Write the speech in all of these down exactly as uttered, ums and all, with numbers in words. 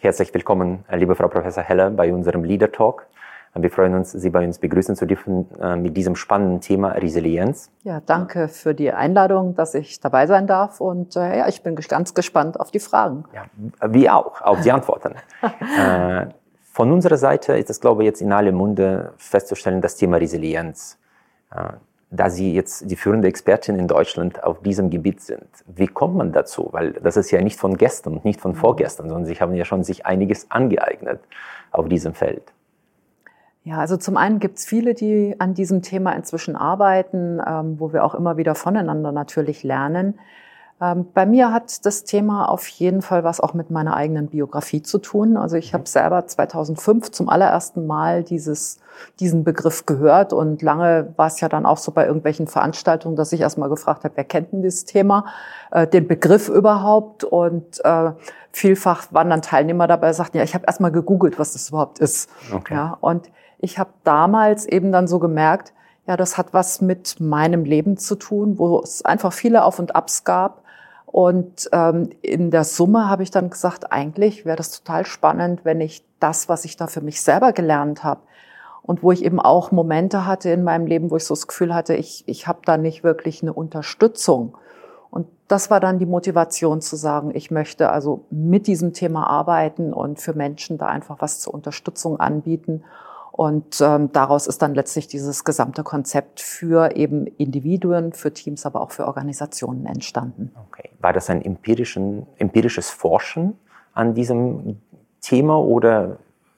Herzlich willkommen, liebe Frau Professor Heller, bei unserem Leader Talk. Wir freuen uns, Sie bei uns begrüßen zu dürfen mit diesem spannenden Thema Resilienz. Ja, danke für die Einladung, dass ich dabei sein darf. Und äh, ja, ich bin ganz gespannt auf die Fragen. Ja, wir auch, auf die Antworten. äh, von unserer Seite ist es, glaube ich, jetzt in allem Munde festzustellen, das Thema Resilienz. Äh, da Sie jetzt die führende Expertin in Deutschland auf diesem Gebiet sind, wie kommt man dazu? Weil das ist ja nicht von gestern und nicht von vorgestern, sondern Sie haben ja schon sich einiges angeeignet auf diesem Feld. Ja, also zum einen gibt es viele, die an diesem Thema inzwischen arbeiten, ähm, wo wir auch immer wieder voneinander natürlich lernen. Ähm, bei mir hat das Thema auf jeden Fall was auch mit meiner eigenen Biografie zu tun. Also ich habe selber zweitausendfünf zum allerersten Mal dieses, diesen Begriff gehört und lange war es ja dann auch so bei irgendwelchen Veranstaltungen, dass ich erstmal gefragt habe, wer kennt denn dieses Thema, äh, den Begriff überhaupt, und äh, vielfach waren dann Teilnehmer dabei, die sagten, ja, ich habe erstmal gegoogelt, was das überhaupt ist. Okay. Ja, und ich habe damals eben dann so gemerkt, ja, das hat was mit meinem Leben zu tun, wo es einfach viele Auf und Abs gab. Und ähm, in der Summe habe ich dann gesagt, eigentlich wäre das total spannend, wenn ich das, was ich da für mich selber gelernt habe und wo ich eben auch Momente hatte in meinem Leben, wo ich so das Gefühl hatte, ich, ich habe da nicht wirklich eine Unterstützung. Und das war dann die Motivation zu sagen, ich möchte also mit diesem Thema arbeiten und für Menschen da einfach was zur Unterstützung anbieten. Und ähm, daraus ist dann letztlich dieses gesamte Konzept für eben Individuen, für Teams, aber auch für Organisationen entstanden. Okay. War das ein empirischen, empirisches Forschen an diesem Thema oder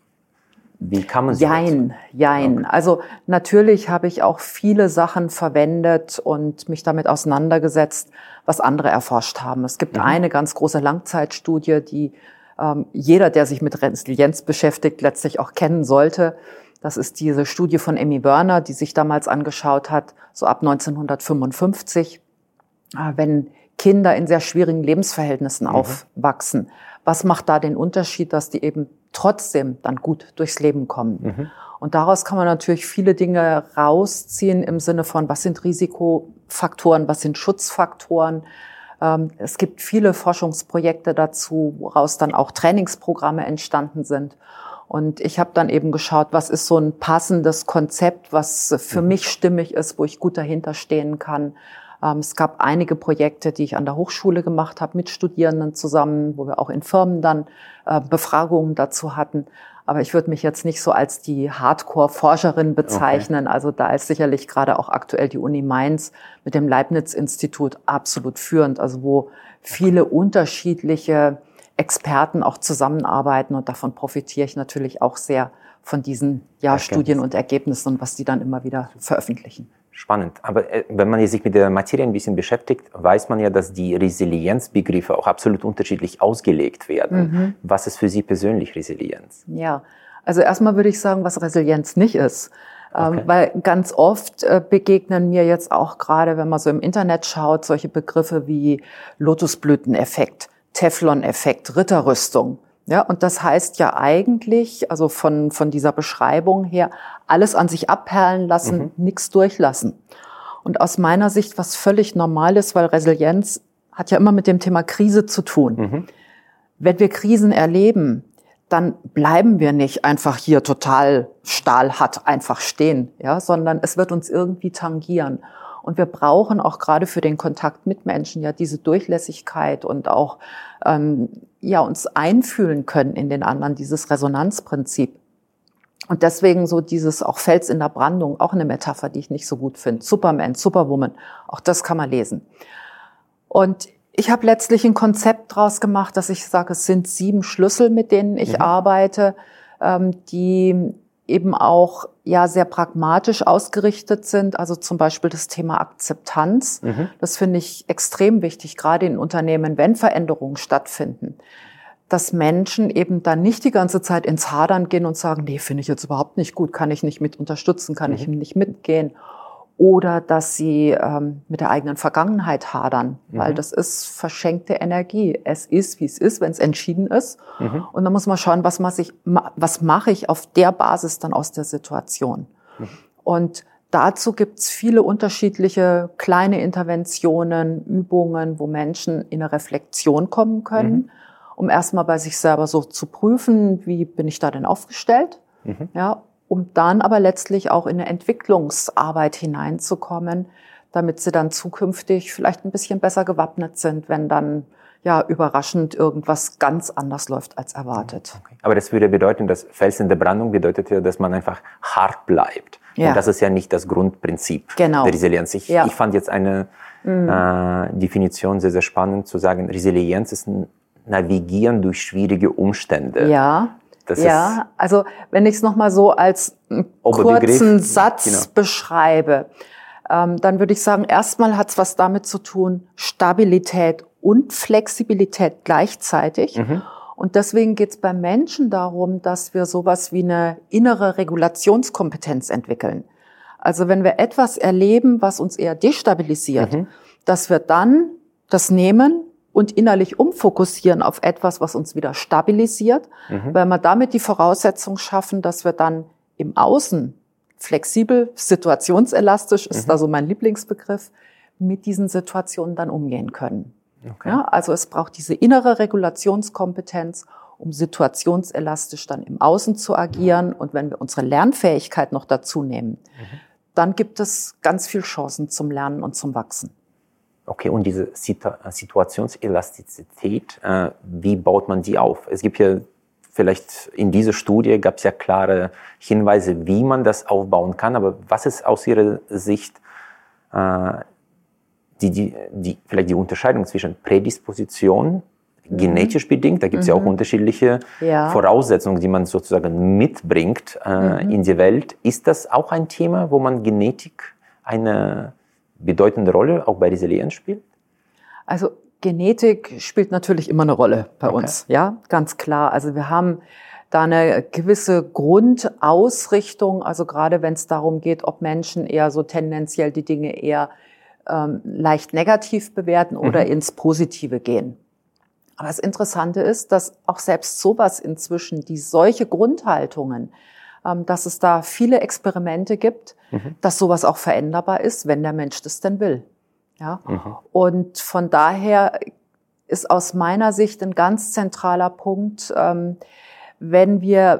wie kann man so? Jein, jein. Okay. Also natürlich habe ich auch viele Sachen verwendet und mich damit auseinandergesetzt, was andere erforscht haben. Es gibt mhm. eine ganz große Langzeitstudie, die ähm, jeder, der sich mit Resilienz beschäftigt, letztlich auch kennen sollte. Das ist diese Studie von Emmy Werner, die sich damals angeschaut hat, so ab neunzehnhundertfünfundfünfzig, wenn Kinder in sehr schwierigen Lebensverhältnissen mhm. aufwachsen. Was macht da den Unterschied, dass die eben trotzdem dann gut durchs Leben kommen? Mhm. Und daraus kann man natürlich viele Dinge rausziehen im Sinne von, was sind Risikofaktoren, was sind Schutzfaktoren. Es gibt viele Forschungsprojekte dazu, woraus dann auch Trainingsprogramme entstanden sind. Und ich habe dann eben geschaut, was ist so ein passendes Konzept, was für mhm. mich stimmig ist, wo ich gut dahinter stehen kann. Ähm, es gab einige Projekte, die ich an der Hochschule gemacht habe, mit Studierenden zusammen, wo wir auch in Firmen dann äh, Befragungen dazu hatten. Aber ich würde mich jetzt nicht so als die Hardcore-Forscherin bezeichnen. Okay. Also da ist sicherlich gerade auch aktuell die Uni Mainz mit dem Leibniz-Institut absolut führend, also wo viele unterschiedliche Experten auch zusammenarbeiten, und davon profitiere ich natürlich auch sehr von diesen ja, Studien und Ergebnissen und was die dann immer wieder veröffentlichen. Spannend. Aber äh, wenn man sich mit der Materie ein bisschen beschäftigt, weiß man ja, dass die Resilienzbegriffe auch absolut unterschiedlich ausgelegt werden. Mhm. Was ist für Sie persönlich Resilienz? Ja, also erstmal würde ich sagen, was Resilienz nicht ist. Okay. Ähm, weil ganz oft äh, begegnen mir jetzt auch gerade, wenn man so im Internet schaut, solche Begriffe wie Lotusblüteneffekt, Teflon-Effekt, Ritterrüstung. Ja, und das heißt ja eigentlich, also von, von dieser Beschreibung her, alles an sich abperlen lassen, mhm. nichts durchlassen. Und aus meiner Sicht was völlig normal ist, weil Resilienz hat ja immer mit dem Thema Krise zu tun. Mhm. Wenn wir Krisen erleben, dann bleiben wir nicht einfach hier total stahlhart einfach stehen, ja, sondern es wird uns irgendwie tangieren. Und wir brauchen auch gerade für den Kontakt mit Menschen ja diese Durchlässigkeit und auch ähm, ja uns einfühlen können in den anderen, dieses Resonanzprinzip. Und deswegen so dieses auch Fels in der Brandung, auch eine Metapher, die ich nicht so gut finde. Superman, Superwoman, auch das kann man lesen. Und ich habe letztlich ein Konzept draus gemacht, dass ich sage, es sind sieben Schlüssel, mit denen ich mhm. arbeite, ähm, die eben auch ja sehr pragmatisch ausgerichtet sind. Also zum Beispiel das Thema Akzeptanz. Mhm. Das finde ich extrem wichtig, gerade in Unternehmen, wenn Veränderungen stattfinden. Dass Menschen eben dann nicht die ganze Zeit ins Hadern gehen und sagen, nee, finde ich jetzt überhaupt nicht gut, kann ich nicht mit unterstützen, kann mhm. ich nicht mitgehen. Oder dass sie ähm, mit der eigenen Vergangenheit hadern, mhm. weil das ist verschenkte Energie. Es ist, wie es ist, wenn es entschieden ist. Mhm. Und dann muss man schauen, was mache ich, was mache ich auf der Basis dann aus der Situation. Mhm. Und dazu gibt's viele unterschiedliche kleine Interventionen, Übungen, wo Menschen in eine Reflexion kommen können. Mhm. um erstmal bei sich selber so zu prüfen, wie bin ich da denn aufgestellt, mhm. ja, um dann aber letztlich auch in eine Entwicklungsarbeit hineinzukommen, damit sie dann zukünftig vielleicht ein bisschen besser gewappnet sind, wenn dann ja überraschend irgendwas ganz anders läuft als erwartet. Okay. Aber das würde bedeuten, dass Fels in der Brandung bedeutet ja, dass man einfach hart bleibt. Ja. Und das ist ja nicht das Grundprinzip genau. der Resilienz. Ich, ja. ich fand jetzt eine mhm. äh, Definition sehr, sehr spannend, zu sagen, Resilienz ist ein Navigieren durch schwierige Umstände. Ja, das ja. Ist also wenn ich es nochmal so als einen kurzen Satz genau. beschreibe, ähm, dann würde ich sagen, erstmal hat es was damit zu tun, Stabilität und Flexibilität gleichzeitig. Mhm. Und deswegen geht es beim Menschen darum, dass wir sowas wie eine innere Regulationskompetenz entwickeln. Also wenn wir etwas erleben, was uns eher destabilisiert, mhm. dass wir dann das nehmen und innerlich umfokussieren auf etwas, was uns wieder stabilisiert, mhm. weil wir damit die Voraussetzung schaffen, dass wir dann im Außen flexibel, situationselastisch, ist mhm. da so mein Lieblingsbegriff, mit diesen Situationen dann umgehen können. Okay. Ja, also es braucht diese innere Regulationskompetenz, um situationselastisch dann im Außen zu agieren. Und wenn wir unsere Lernfähigkeit noch dazu nehmen, mhm. dann gibt es ganz viel Chancen zum Lernen und zum Wachsen. Okay, und diese Situationselastizität, äh, wie baut man die auf? Es gibt ja vielleicht in dieser Studie gab es ja klare Hinweise, wie man das aufbauen kann. Aber was ist aus Ihrer Sicht äh, die, die, die, vielleicht die Unterscheidung zwischen Prädisposition, mhm. genetisch bedingt, da gibt es mhm. ja auch unterschiedliche ja. Voraussetzungen, die man sozusagen mitbringt äh, mhm. in die Welt. Ist das auch ein Thema, wo man Genetik eine bedeutende Rolle auch bei Resilienz spielt? Also Genetik spielt natürlich immer eine Rolle bei okay. uns, ja, ganz klar. Also wir haben da eine gewisse Grundausrichtung, also gerade wenn es darum geht, ob Menschen eher so tendenziell die Dinge eher ähm, leicht negativ bewerten oder mhm. ins Positive gehen. Aber das Interessante ist, dass auch selbst sowas inzwischen, die solche Grundhaltungen, ähm, dass es da viele Experimente gibt, mhm. dass sowas auch veränderbar ist, wenn der Mensch das denn will. Ja, mhm. und von daher ist aus meiner Sicht ein ganz zentraler Punkt, ähm, wenn wir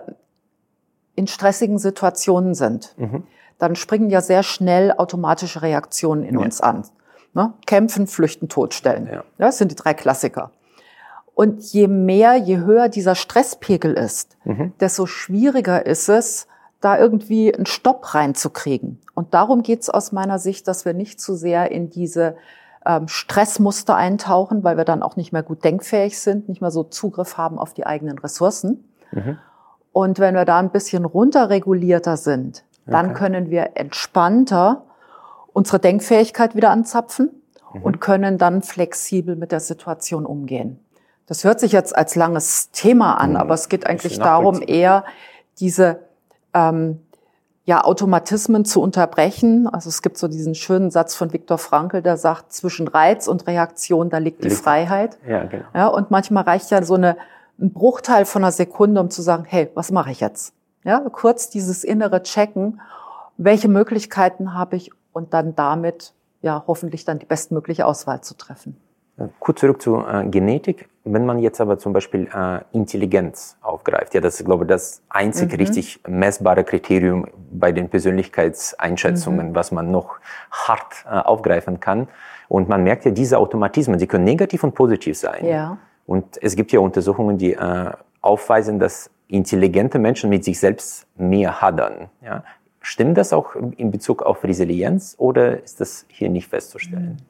in stressigen Situationen sind, mhm. dann springen ja sehr schnell automatische Reaktionen in ja. uns an. Ne? Kämpfen, flüchten, totstellen. Ja. Ja, das sind die drei Klassiker. Und je mehr, je höher dieser Stresspegel ist, mhm. desto schwieriger ist es, da irgendwie einen Stopp reinzukriegen. Und darum geht es aus meiner Sicht, dass wir nicht zu sehr in diese ähm, Stressmuster eintauchen, weil wir dann auch nicht mehr gut denkfähig sind, nicht mehr so Zugriff haben auf die eigenen Ressourcen. Mhm. Und wenn wir da ein bisschen runterregulierter sind, dann okay. können wir entspannter unsere Denkfähigkeit wieder anzapfen mhm. und können dann flexibel mit der Situation umgehen. Das hört sich jetzt als langes Thema an, mhm. aber es geht eigentlich darum, eher diese ähm, ja, Automatismen zu unterbrechen. Also es gibt so diesen schönen Satz von Viktor Frankl, der sagt, zwischen Reiz und Reaktion, da liegt die liegt. Freiheit. Ja, genau. Ja, und manchmal reicht ja so eine, ein Bruchteil von einer Sekunde, um zu sagen, hey, was mache ich jetzt? Ja, kurz dieses innere Checken, welche Möglichkeiten habe ich und dann damit ja hoffentlich dann die bestmögliche Auswahl zu treffen. Kurz zurück zur äh, Genetik. Wenn man jetzt aber zum Beispiel äh, Intelligenz aufgreift, ja, das ist, glaube ich, das einzig mhm. richtig messbare Kriterium bei den Persönlichkeitseinschätzungen, mhm. was man noch hart äh, aufgreifen kann. Und man merkt ja, diese Automatismen, die können negativ und positiv sein. Ja. Und es gibt ja Untersuchungen, die äh, aufweisen, dass intelligente Menschen mit sich selbst mehr hadern. Ja. Stimmt das auch in Bezug auf Resilienz oder ist das hier nicht festzustellen? Mhm.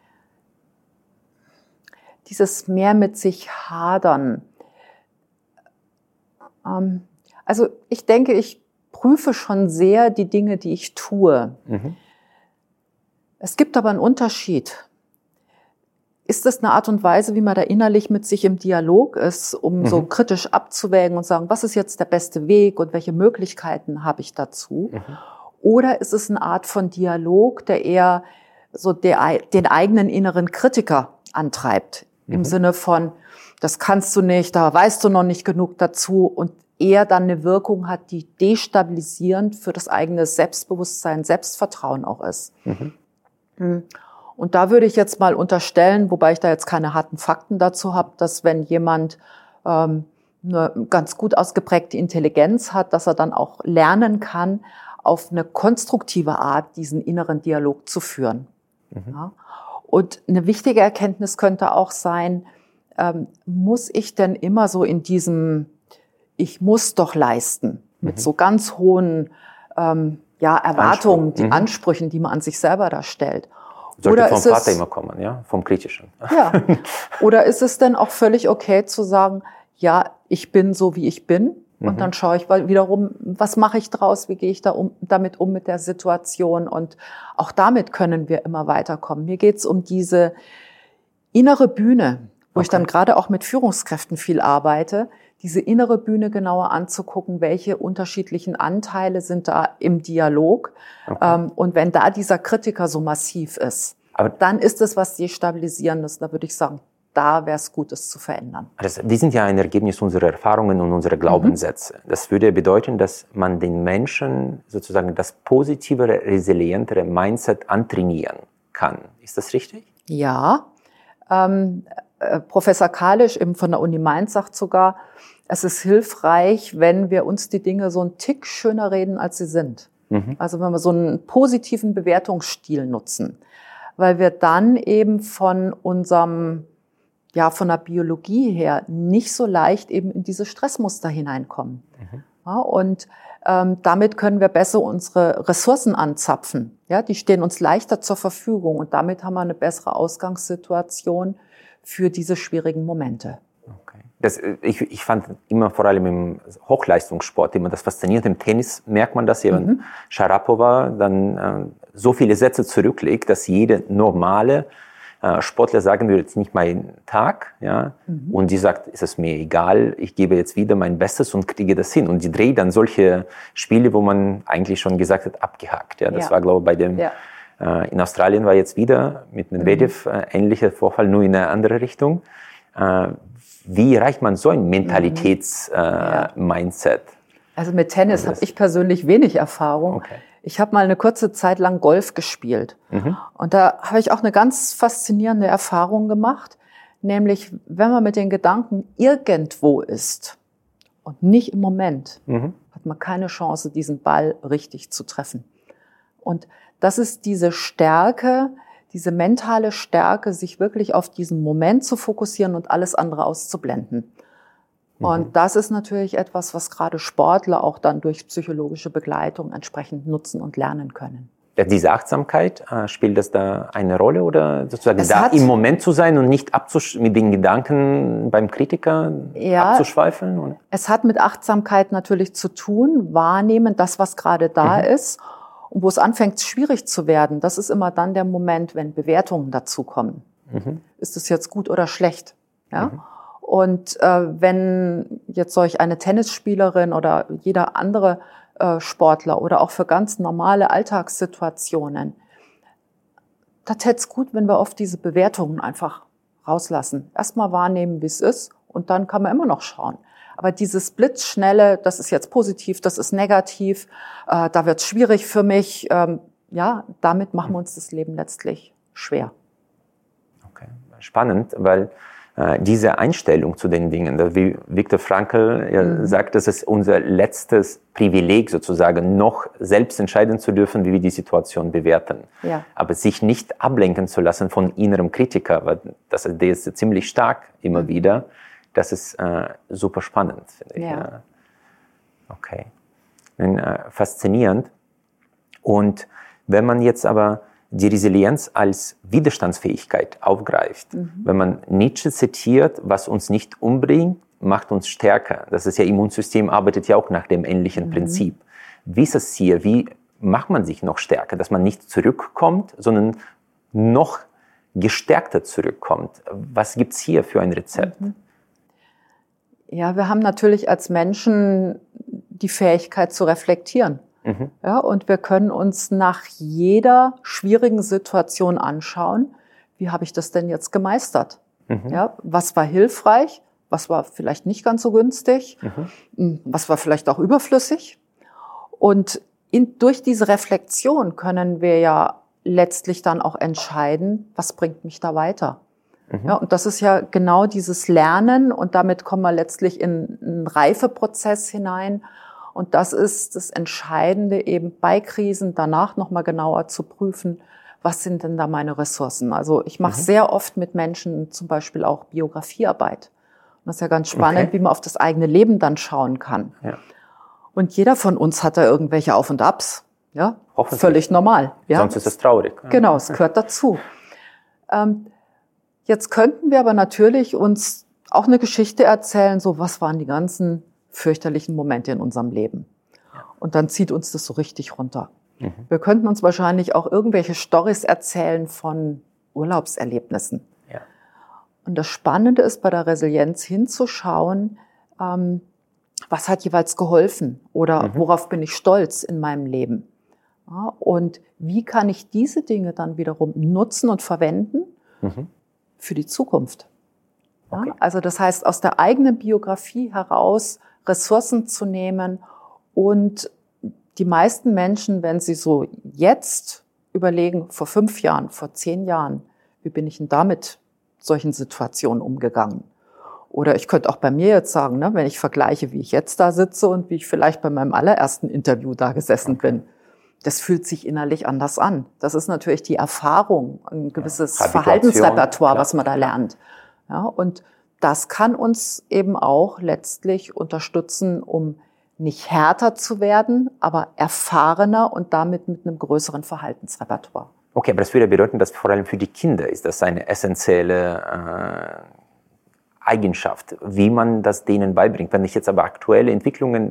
Dieses mehr mit sich hadern. Ähm, also ich denke, ich prüfe schon sehr die Dinge, die ich tue. Mhm. Es gibt aber einen Unterschied. Ist das eine Art und Weise, wie man da innerlich mit sich im Dialog ist, um mhm. so kritisch abzuwägen und sagen, was ist jetzt der beste Weg und welche Möglichkeiten habe ich dazu? Mhm. Oder ist es eine Art von Dialog, der eher so der, den eigenen inneren Kritiker antreibt? Im mhm. Sinne von, das kannst du nicht, da weißt du noch nicht genug dazu und eher dann eine Wirkung hat, die destabilisierend für das eigene Selbstbewusstsein, Selbstvertrauen auch ist. Mhm. Und da würde ich jetzt mal unterstellen, wobei ich da jetzt keine harten Fakten dazu habe, dass wenn jemand ähm, eine ganz gut ausgeprägte Intelligenz hat, dass er dann auch lernen kann, auf eine konstruktive Art diesen inneren Dialog zu führen. Mhm. Ja. Und eine wichtige Erkenntnis könnte auch sein, ähm, muss ich denn immer so in diesem Ich muss doch leisten, mit mhm. so ganz hohen ähm, ja, Erwartungen, Anspruch. die mhm. Ansprüchen, die man an sich selber da stellt. Sollte Oder vom Vater es, immer kommen, ja, vom Kritischen. Ja. Oder ist es denn auch völlig okay zu sagen, ja, ich bin so, wie ich bin, und mhm. dann schaue ich wiederum, was mache ich draus, wie gehe ich da um, damit um mit der Situation, und auch damit können wir immer weiterkommen. Mir geht's um diese innere Bühne, wo okay. ich dann gerade auch mit Führungskräften viel arbeite, diese innere Bühne genauer anzugucken, welche unterschiedlichen Anteile sind da im Dialog. Okay. Ähm, und wenn da dieser Kritiker so massiv ist, aber dann ist es was Destabilisierendes. Da würde ich sagen, da wäre es gut, es zu verändern. Das, die sind ja ein Ergebnis unserer Erfahrungen und unserer Glaubenssätze. Mhm. Das würde bedeuten, dass man den Menschen sozusagen das positivere, resilientere Mindset antrainieren kann. Ist das richtig? Ja. Ähm, äh, Professor Kalisch eben von der Uni Mainz sagt sogar, es ist hilfreich, wenn wir uns die Dinge so einen Tick schöner reden, als sie sind. Mhm. Also wenn wir so einen positiven Bewertungsstil nutzen. Weil wir dann eben von unserem, ja, von der Biologie her nicht so leicht eben in diese Stressmuster hineinkommen. Mhm. Ja, und ähm, damit können wir besser unsere Ressourcen anzapfen. Ja, die stehen uns leichter zur Verfügung, und damit haben wir eine bessere Ausgangssituation für diese schwierigen Momente. Okay. Das, ich, ich fand immer vor allem im Hochleistungssport immer das Faszinierende. Im Tennis merkt man das, wenn mhm. Sharapova dann äh, so viele Sätze zurücklegt, dass jede normale äh, Sportler sagen würde, jetzt nicht mein Tag, ja, mhm. und die sagt, ist es mir egal, ich gebe jetzt wieder mein Bestes und kriege das hin. Und die dreht dann solche Spiele, wo man eigentlich schon gesagt hat, abgehakt. Ja, das ja. war, glaube ich, bei dem ja. äh, in Australien war jetzt wieder mit Medvedev mhm. äh, ähnlicher Vorfall, nur in eine andere Richtung. Äh, Wie erreicht man so ein Mentalitäts-Mindset? Äh, ja. Also mit Tennis habe ich persönlich wenig Erfahrung. Okay. Ich habe mal eine kurze Zeit lang Golf gespielt. Mhm. Und da habe ich auch eine ganz faszinierende Erfahrung gemacht. Nämlich, wenn man mit den Gedanken irgendwo ist und nicht im Moment, mhm. hat man keine Chance, diesen Ball richtig zu treffen. Und das ist diese Stärke, diese mentale Stärke, sich wirklich auf diesen Moment zu fokussieren und alles andere auszublenden. Mhm. Und das ist natürlich etwas, was gerade Sportler auch dann durch psychologische Begleitung entsprechend nutzen und lernen können. Ja, diese Achtsamkeit, äh, spielt das da eine Rolle, oder sozusagen es da im Moment zu sein und nicht abzusch- mit den Gedanken beim Kritiker ja, abzuschweifeln? Oder? Es hat mit Achtsamkeit natürlich zu tun, wahrnehmen, das, was gerade da mhm. ist. Und wo es anfängt, schwierig zu werden, das ist immer dann der Moment, wenn Bewertungen dazukommen. Mhm. Ist es jetzt gut oder schlecht? Ja? Mhm. Und äh, wenn jetzt solch eine Tennisspielerin oder jeder andere äh, Sportler oder auch für ganz normale Alltagssituationen, da täte es gut, wenn wir oft diese Bewertungen einfach rauslassen. Erstmal wahrnehmen, wie es ist, und dann kann man immer noch schauen. Aber dieses blitzschnelle, das ist jetzt positiv, das ist negativ, äh, da wird es schwierig für mich, ähm, ja, damit machen wir uns das Leben letztlich schwer. Okay, spannend, weil äh, diese Einstellung zu den Dingen, wie Viktor Frankl ja, mhm. sagt, das ist unser letztes Privileg sozusagen, noch selbst entscheiden zu dürfen, wie wir die Situation bewerten. Ja. Aber sich nicht ablenken zu lassen von innerem Kritiker, weil das, der ist ziemlich stark immer mhm. wieder. Das ist äh, super spannend, finde ich. Ja. Ja. Okay. Und, äh, faszinierend. Und wenn man jetzt aber die Resilienz als Widerstandsfähigkeit aufgreift, mhm. wenn man Nietzsche zitiert, was uns nicht umbringt, macht uns stärker. Das ist ja, Immunsystem arbeitet ja auch nach dem ähnlichen mhm. Prinzip. Wie ist es hier? Wie macht man sich noch stärker, dass man nicht zurückkommt, sondern noch gestärkter zurückkommt? Was gibt's hier für ein Rezept? Mhm. Ja, wir haben natürlich als Menschen die Fähigkeit zu reflektieren. Mhm. Ja, und wir können uns nach jeder schwierigen Situation anschauen, wie habe ich das denn jetzt gemeistert? Mhm. Ja, was war hilfreich? Was war vielleicht nicht ganz so günstig? Mhm. Was war vielleicht auch überflüssig? Und in, durch diese Reflexion können wir ja letztlich dann auch entscheiden, was bringt mich da weiter. Mhm. Ja, und das ist ja genau dieses Lernen und damit kommen wir letztlich in einen Reifeprozess hinein. Und das ist das Entscheidende eben bei Krisen, danach nochmal genauer zu prüfen, was sind denn da meine Ressourcen? Also ich mache mhm. sehr oft mit Menschen zum Beispiel auch Biografiearbeit. Und das ist ja ganz spannend, okay. wie man auf das eigene Leben dann schauen kann. Ja. Und jeder von uns hat da irgendwelche Auf und Abs. Ja, völlig normal. Ja? Sonst ist es traurig. Genau, es gehört dazu. Ähm, jetzt könnten wir aber natürlich uns auch eine Geschichte erzählen, so was waren die ganzen fürchterlichen Momente in unserem Leben. Und dann zieht uns das so richtig runter. Mhm. Wir könnten uns wahrscheinlich auch irgendwelche Storys erzählen von Urlaubserlebnissen. Ja. Und das Spannende ist, bei der Resilienz hinzuschauen, ähm, was hat jeweils geholfen oder mhm. worauf bin ich stolz in meinem Leben. Ja, und wie kann ich diese Dinge dann wiederum nutzen und verwenden mhm. für die Zukunft. Ja, okay. Also das heißt, aus der eigenen Biografie heraus Ressourcen zu nehmen und die meisten Menschen, wenn sie so jetzt überlegen, vor fünf Jahren, vor zehn Jahren, wie bin ich denn da mit solchen Situationen umgegangen? Oder ich könnte auch bei mir jetzt sagen, ne, wenn ich vergleiche, wie ich jetzt da sitze und wie ich vielleicht bei meinem allerersten Interview da gesessen okay. bin, das fühlt sich innerlich anders an. Das ist natürlich die Erfahrung, ein gewisses ja, Verhaltensrepertoire, klar. was man da lernt. Ja, und das kann uns eben auch letztlich unterstützen, um nicht härter zu werden, aber erfahrener und damit mit einem größeren Verhaltensrepertoire. Okay, aber das würde bedeuten, dass vor allem für die Kinder ist das eine essentielle äh, Eigenschaft, wie man das denen beibringt. Wenn ich jetzt aber aktuelle Entwicklungen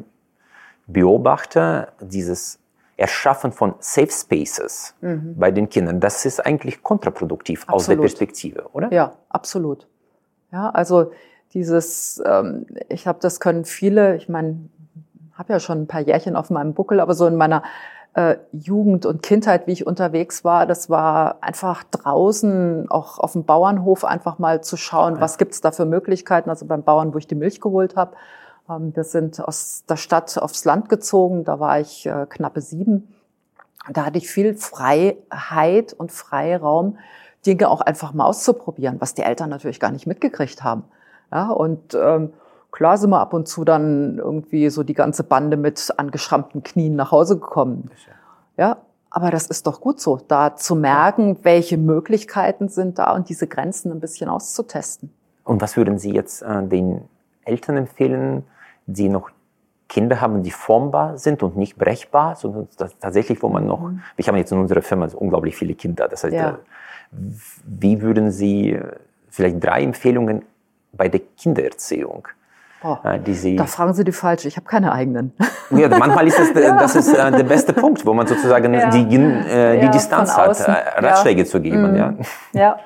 beobachte, dieses Erschaffen von Safe Spaces mhm. bei den Kindern, das ist eigentlich kontraproduktiv absolut. Aus der Perspektive, oder? Ja, absolut. Ja, also dieses, ähm, ich glaube, das können viele, ich meine, habe ja schon ein paar Jährchen auf meinem Buckel, aber so in meiner äh, Jugend und Kindheit, wie ich unterwegs war, das war einfach draußen, auch auf dem Bauernhof einfach mal zu schauen, ja. was gibt's da für Möglichkeiten. Also beim Bauern, wo ich die Milch geholt habe. Wir sind aus der Stadt aufs Land gezogen, da war ich äh, knappe sieben. Da hatte ich viel Freiheit und Freiraum, Dinge auch einfach mal auszuprobieren, was die Eltern natürlich gar nicht mitgekriegt haben. Ja, und ähm, klar sind wir ab und zu dann irgendwie so die ganze Bande mit angeschrammten Knien nach Hause gekommen. Ja, aber das ist doch gut so, da zu merken, welche Möglichkeiten sind da und diese Grenzen ein bisschen auszutesten. Und was würden Sie jetzt äh, den Eltern empfehlen, die noch Kinder haben, die formbar sind und nicht brechbar, sondern das tatsächlich, wo man noch, mhm. wir haben jetzt in unserer Firma unglaublich viele Kinder, das heißt, ja. wie würden Sie vielleicht drei Empfehlungen bei der Kindererziehung, oh, die Sie... Da fragen Sie die falsche, ich habe keine eigenen. Ja, manchmal ist das, ja. das ist äh, der beste Punkt, wo man sozusagen ja. die, äh, die ja, Distanz hat, äh, Ratschläge ja. zu geben. Mhm. Ja. ja.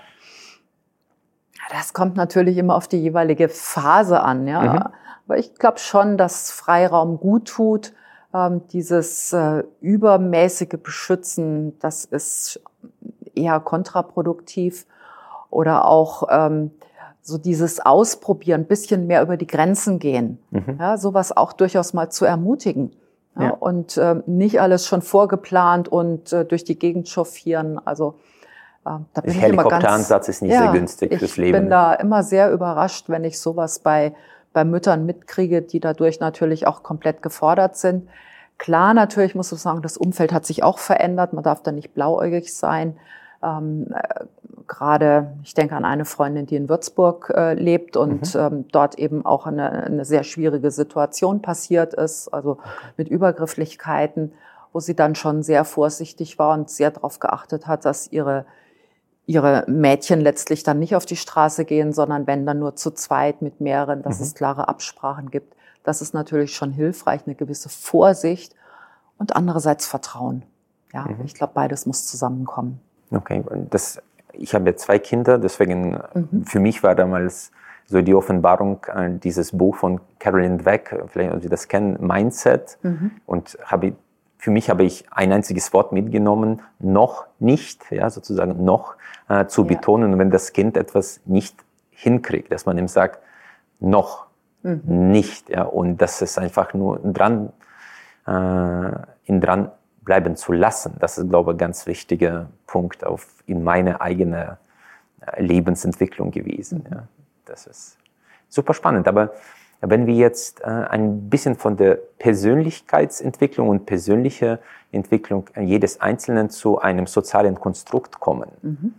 Das kommt natürlich immer auf die jeweilige Phase an, ja. Mhm. Aber ich glaube schon, dass Freiraum gut tut. Ähm, dieses äh, übermäßige Beschützen, das ist eher kontraproduktiv. Oder auch ähm, so dieses Ausprobieren, ein bisschen mehr über die Grenzen gehen. Mhm. Ja, sowas auch durchaus mal zu ermutigen. Ja, ja. Und äh, nicht alles schon vorgeplant und äh, durch die Gegend chauffieren. Also äh, da bin ich immer ganz... Helikopteransatz ist nicht ja, sehr günstig fürs Leben. Ich bin da immer sehr überrascht, wenn ich sowas bei bei Müttern mitkriege, die dadurch natürlich auch komplett gefordert sind. Klar, natürlich muss ich sagen, das Umfeld hat sich auch verändert. Man darf da nicht blauäugig sein. Ähm, äh, gerade, ich denke an eine Freundin, die in Würzburg äh, lebt und mhm. ähm, dort eben auch eine, eine sehr schwierige Situation passiert ist, also okay. mit Übergrifflichkeiten, wo sie dann schon sehr vorsichtig war und sehr darauf geachtet hat, dass ihre ihre Mädchen letztlich dann nicht auf die Straße gehen, sondern wenn dann nur zu zweit mit mehreren, dass mhm. es klare Absprachen gibt. Das ist natürlich schon hilfreich, eine gewisse Vorsicht und andererseits Vertrauen. Ja, mhm. ich glaube, beides muss zusammenkommen. Okay, das, ich habe ja zwei Kinder, deswegen mhm. für mich war damals so die Offenbarung äh, dieses Buch von Carolyn Dweck, vielleicht ob Sie das kennen, Mindset. Mhm. Und habe Für mich habe ich ein einziges Wort mitgenommen, noch nicht, ja, sozusagen noch äh, zu ja. betonen. Und wenn das Kind etwas nicht hinkriegt, dass man ihm sagt, noch mhm. nicht, ja, und das ist einfach nur dran, äh, in dran bleiben zu lassen. Das ist, glaube ich, ein ganz wichtiger Punkt auf, in meine eigene Lebensentwicklung gewesen. Ja. Das ist super spannend. Aber wenn wir jetzt äh, ein bisschen von der Persönlichkeitsentwicklung und persönliche Entwicklung jedes Einzelnen zu einem sozialen Konstrukt kommen. Mhm.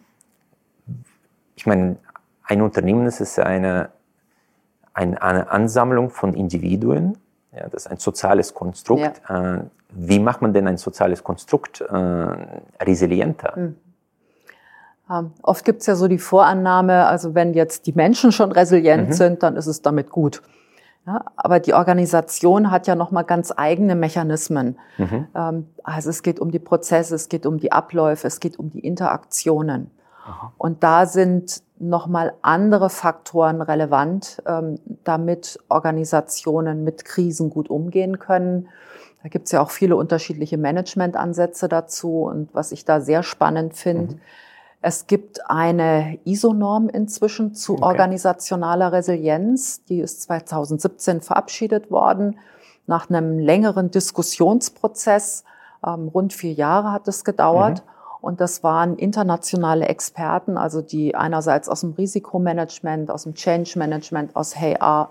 Ich meine, ein Unternehmen ist es eine, eine, eine Ansammlung von Individuen. Ja, das ist ein soziales Konstrukt. Ja. Äh, wie macht man denn ein soziales Konstrukt äh, resilienter? Mhm. Ähm, oft gibt es ja so die Vorannahme, also wenn jetzt die Menschen schon resilient mhm. sind, dann ist es damit gut. Ja, aber die Organisation hat ja nochmal ganz eigene Mechanismen. Mhm. Ähm, also es geht um die Prozesse, es geht um die Abläufe, es geht um die Interaktionen. Aha. Und da sind nochmal andere Faktoren relevant, ähm, damit Organisationen mit Krisen gut umgehen können. Da gibt es ja auch viele unterschiedliche Managementansätze dazu. Und was ich da sehr spannend finde, mhm. es gibt eine I S O-Norm inzwischen zu okay. organisationaler Resilienz. Die ist zweitausendsiebzehn verabschiedet worden, nach einem längeren Diskussionsprozess. Ähm, rund vier Jahre hat es gedauert. Mhm. Und das waren internationale Experten, also die einerseits aus dem Risikomanagement, aus dem Change Management, aus H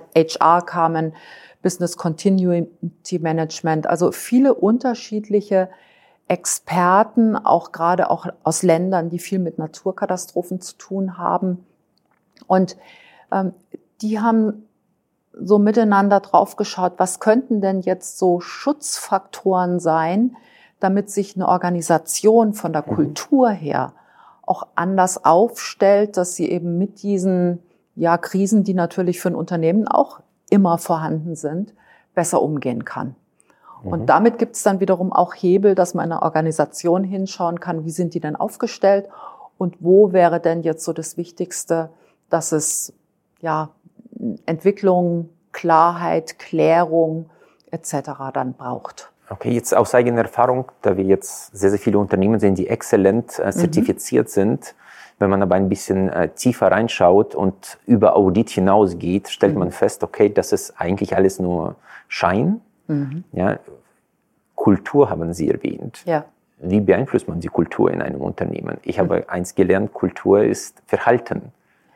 R kamen, Business Continuity Management, also viele unterschiedliche Experten, auch gerade auch aus Ländern, die viel mit Naturkatastrophen zu tun haben. Und ähm, die haben so miteinander draufgeschaut, was könnten denn jetzt so Schutzfaktoren sein, damit sich eine Organisation von der mhm. Kultur her auch anders aufstellt, dass sie eben mit diesen ja, Krisen, die natürlich für ein Unternehmen auch immer vorhanden sind, besser umgehen kann. Und damit gibt es dann wiederum auch Hebel, dass man in einer Organisation hinschauen kann, wie sind die denn aufgestellt und wo wäre denn jetzt so das Wichtigste, dass es ja Entwicklung, Klarheit, Klärung et cetera dann braucht. Okay, jetzt aus eigener Erfahrung, da wir jetzt sehr, sehr viele Unternehmen sehen, die exzellent äh, zertifiziert mhm. sind, wenn man aber ein bisschen äh, tiefer reinschaut und über Audit hinausgeht, stellt mhm. man fest, okay, das ist eigentlich alles nur Schein. Mhm. Ja, Kultur haben Sie erwähnt. Ja. Wie beeinflusst man die Kultur in einem Unternehmen? Ich habe mhm. eins gelernt, Kultur ist Verhalten.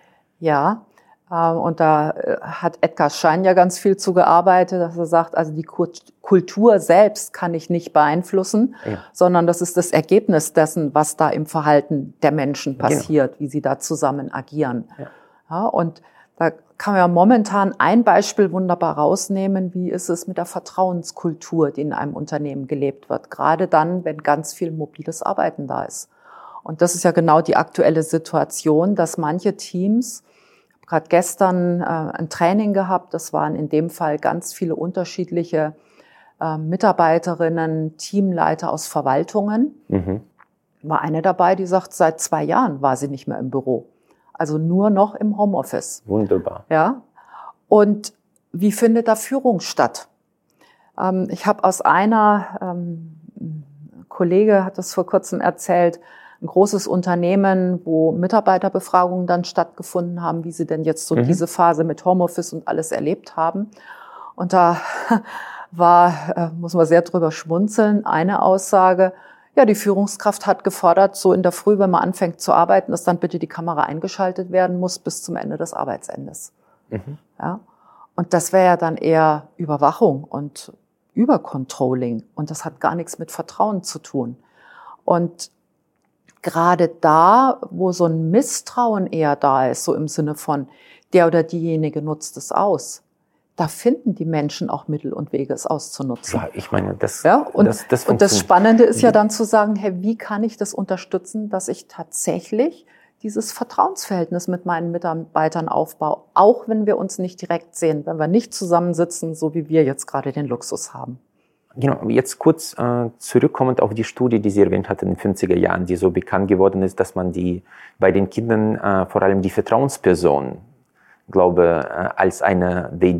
Ja, äh, und da äh, hat Edgar Schein ja ganz viel zu gearbeitet, dass er sagt, also die Kultur selbst kann ich nicht beeinflussen, ja. sondern das ist das Ergebnis dessen, was da im Verhalten der Menschen passiert, genau. wie sie da zusammen agieren. Ja. Ja, und da kann man ja momentan ein Beispiel wunderbar rausnehmen, wie ist es mit der Vertrauenskultur, die in einem Unternehmen gelebt wird. Gerade dann, wenn ganz viel mobiles Arbeiten da ist. Und das ist ja genau die aktuelle Situation, dass manche Teams, ich habe gerade gestern äh, ein Training gehabt, das waren in dem Fall ganz viele unterschiedliche äh, Mitarbeiterinnen, Teamleiter aus Verwaltungen. Mhm. War eine dabei, die sagt, seit zwei Jahren war sie nicht mehr im Büro. Also nur noch im Homeoffice. Wunderbar. Ja. Und wie findet da Führung statt? Ähm, ich habe aus einer, ähm, ein Kollege hat das vor kurzem erzählt, ein großes Unternehmen, wo Mitarbeiterbefragungen dann stattgefunden haben, wie sie denn jetzt so mhm. diese Phase mit Homeoffice und alles erlebt haben. Und da war, äh, muss man sehr drüber schmunzeln, eine Aussage, ja, die Führungskraft hat gefordert, so in der Früh, wenn man anfängt zu arbeiten, dass dann bitte die Kamera eingeschaltet werden muss bis zum Ende des Arbeitsendes. Mhm. Ja. Und das wäre ja dann eher Überwachung und Übercontrolling. Und das hat gar nichts mit Vertrauen zu tun. Und gerade da, wo so ein Misstrauen eher da ist, so im Sinne von, der oder diejenige nutzt es aus, da finden die Menschen auch Mittel und Wege, es auszunutzen. Ja, ich meine, das, ja, und, das, das und das Spannende ist ja dann zu sagen, hey, wie kann ich das unterstützen, dass ich tatsächlich dieses Vertrauensverhältnis mit meinen Mitarbeitern aufbaue, auch wenn wir uns nicht direkt sehen, wenn wir nicht zusammensitzen, so wie wir jetzt gerade den Luxus haben. Genau, jetzt kurz äh, zurückkommend auf die Studie, die Sie erwähnt hatten in den fünfziger Jahren, die so bekannt geworden ist, dass man die bei den Kindern äh, vor allem die Vertrauensperson, glaube, als eine der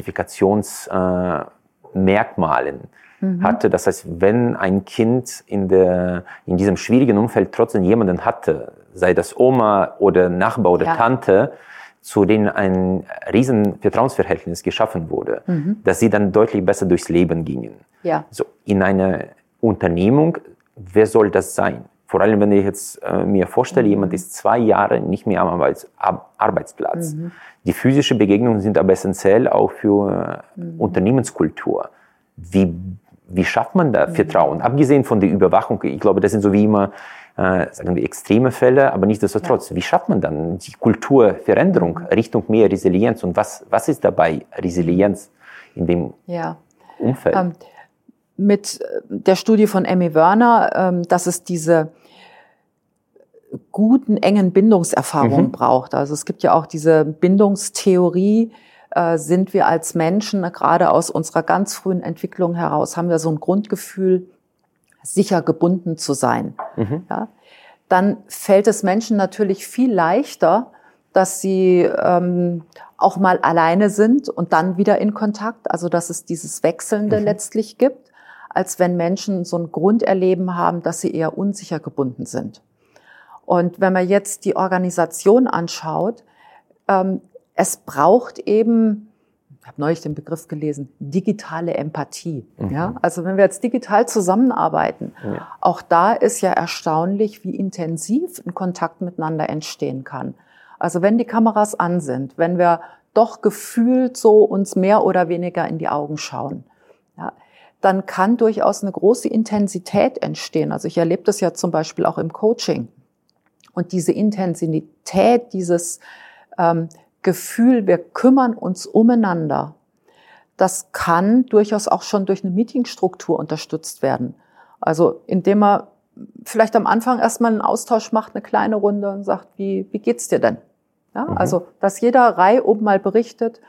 Identifikationsmerkmalen äh, mhm. hatte. Das heißt, wenn ein Kind in, der, in diesem schwierigen Umfeld trotzdem jemanden hatte, sei das Oma oder Nachbar oder ja. Tante, zu denen ein riesen Vertrauensverhältnis geschaffen wurde, mhm. dass sie dann deutlich besser durchs Leben gingen. Ja. So in einer Unternehmung, wer soll das sein? Vor allem, wenn ich jetzt äh, mir vorstelle, mhm. jemand ist zwei Jahre nicht mehr am Arbeits- Ar- Arbeitsplatz. Mhm. Die physischen Begegnungen sind aber essentiell auch für äh, mhm. Unternehmenskultur. Wie, wie schafft man da mhm. Vertrauen? Abgesehen von der Überwachung, ich glaube, das sind so wie immer, äh, sagen wir, extreme Fälle, aber nichtsdestotrotz, ja. wie schafft man dann die Kulturveränderung mhm. Richtung mehr Resilienz? Und was, was ist dabei Resilienz in dem ja. Umfeld? Um. Mit der Studie von Emmy Werner, dass es diese guten, engen Bindungserfahrungen mhm. braucht. Also es gibt ja auch diese Bindungstheorie, sind wir als Menschen, gerade aus unserer ganz frühen Entwicklung heraus, haben wir so ein Grundgefühl, sicher gebunden zu sein. Mhm. Ja? Dann fällt es Menschen natürlich viel leichter, dass sie ähm, auch mal alleine sind und dann wieder in Kontakt, also dass es dieses Wechselnde mhm. letztlich gibt, als wenn Menschen so ein Grunderleben haben, dass sie eher unsicher gebunden sind. Und wenn man jetzt die Organisation anschaut, ähm, es braucht eben, ich habe neulich den Begriff gelesen, digitale Empathie. Mhm. Ja? Also wenn wir jetzt digital zusammenarbeiten, ja. auch da ist ja erstaunlich, wie intensiv ein Kontakt miteinander entstehen kann. Also wenn die Kameras an sind, wenn wir doch gefühlt so uns mehr oder weniger in die Augen schauen, ja, dann kann durchaus eine große Intensität entstehen. Also ich erlebe das ja zum Beispiel auch im Coaching. Und diese Intensität, dieses ähm, Gefühl, wir kümmern uns umeinander, das kann durchaus auch schon durch eine Meetingstruktur unterstützt werden. Also indem man vielleicht am Anfang erstmal einen Austausch macht, eine kleine Runde und sagt, wie, wie geht's dir denn? Ja, mhm. Also dass jeder reihum mal berichtet,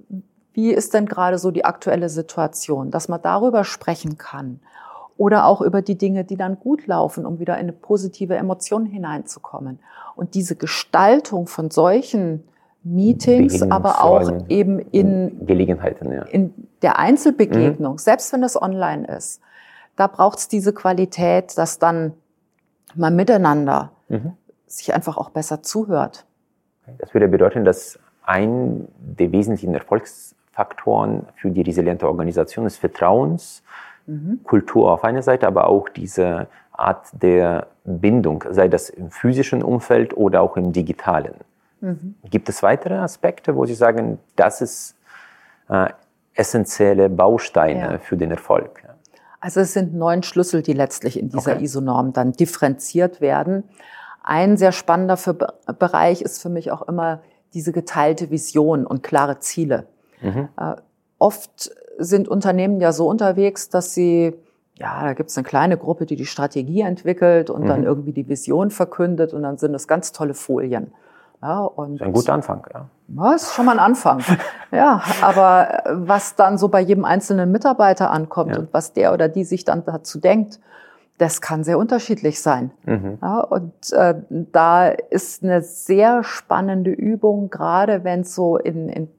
wie ist denn gerade so die aktuelle Situation, dass man darüber sprechen kann oder auch über die Dinge, die dann gut laufen, um wieder in eine positive Emotion hineinzukommen. Und diese Gestaltung von solchen Meetings, aber auch eben in, Gelegenheiten, ja. in der Einzelbegegnung, mhm. selbst wenn das online ist, da braucht es diese Qualität, dass dann man miteinander mhm. sich einfach auch besser zuhört. Das würde bedeuten, dass ein der wesentlichen Erfolgsfaktoren für die resiliente Organisation ist Vertrauens, mhm. Kultur auf einer Seite, aber auch diese Art der Bindung, sei das im physischen Umfeld oder auch im digitalen. Mhm. Gibt es weitere Aspekte, wo Sie sagen, das ist äh, essentielle Bausteine ja. für den Erfolg? Also es sind neun Schlüssel, die letztlich in dieser okay. I S O-Norm dann differenziert werden. Ein sehr spannender für, Bereich ist für mich auch immer diese geteilte Vision und klare Ziele. Mhm. Äh, oft sind Unternehmen ja so unterwegs, dass sie, ja, da gibt es eine kleine Gruppe, die die Strategie entwickelt und mhm. dann irgendwie die Vision verkündet und dann sind es ganz tolle Folien. Ja, und das ist ein guter Anfang, ja. Das ist schon mal ein Anfang. Ja, aber was dann so bei jedem einzelnen Mitarbeiter ankommt ja. und was der oder die sich dann dazu denkt, das kann sehr unterschiedlich sein. Mhm. Ja, und äh, da ist eine sehr spannende Übung, gerade wenn es so in, in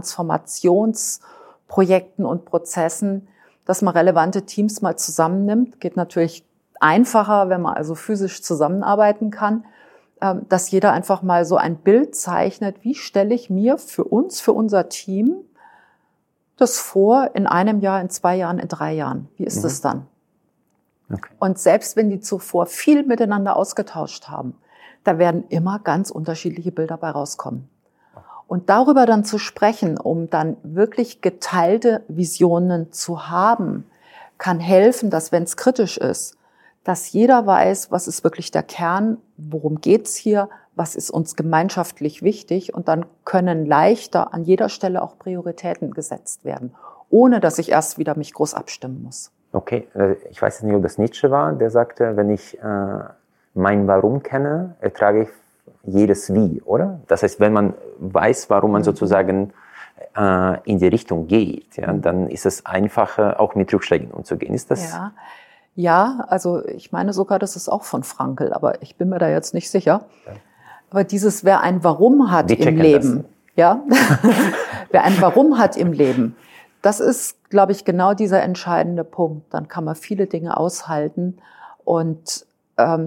Transformationsprojekten und Prozessen, dass man relevante Teams mal zusammennimmt. Geht natürlich einfacher, wenn man also physisch zusammenarbeiten kann, äh, dass jeder einfach mal so ein Bild zeichnet, wie stelle ich mir für uns, für unser Team das vor in einem Jahr, in zwei Jahren, in drei Jahren. Wie ist mhm. das dann? Okay. Und selbst wenn die zuvor viel miteinander ausgetauscht haben, da werden immer ganz unterschiedliche Bilder bei rauskommen. Und darüber dann zu sprechen, um dann wirklich geteilte Visionen zu haben, kann helfen, dass, wenn es kritisch ist, dass jeder weiß, was ist wirklich der Kern, worum geht's hier, was ist uns gemeinschaftlich wichtig, und dann können leichter an jeder Stelle auch Prioritäten gesetzt werden, ohne dass ich erst wieder mich groß abstimmen muss. Okay, ich weiß nicht, ob das Nietzsche war, der sagte, wenn ich äh, mein Warum kenne, ertrage ich jedes Wie, oder? Das heißt, wenn man weiß, warum man mhm. sozusagen äh, in die Richtung geht, ja, mhm. dann ist es einfacher, auch mit Rückschlägen umzugehen. Ist das? Ja. ja, also ich meine sogar, das ist auch von Frankl, aber ich bin mir da jetzt nicht sicher. Ja. Aber dieses, wer ein Warum hat Wir im Leben, das. ja, wer ein Warum hat im Leben, das ist, glaube ich, genau dieser entscheidende Punkt. Dann kann man viele Dinge aushalten. Und ähm,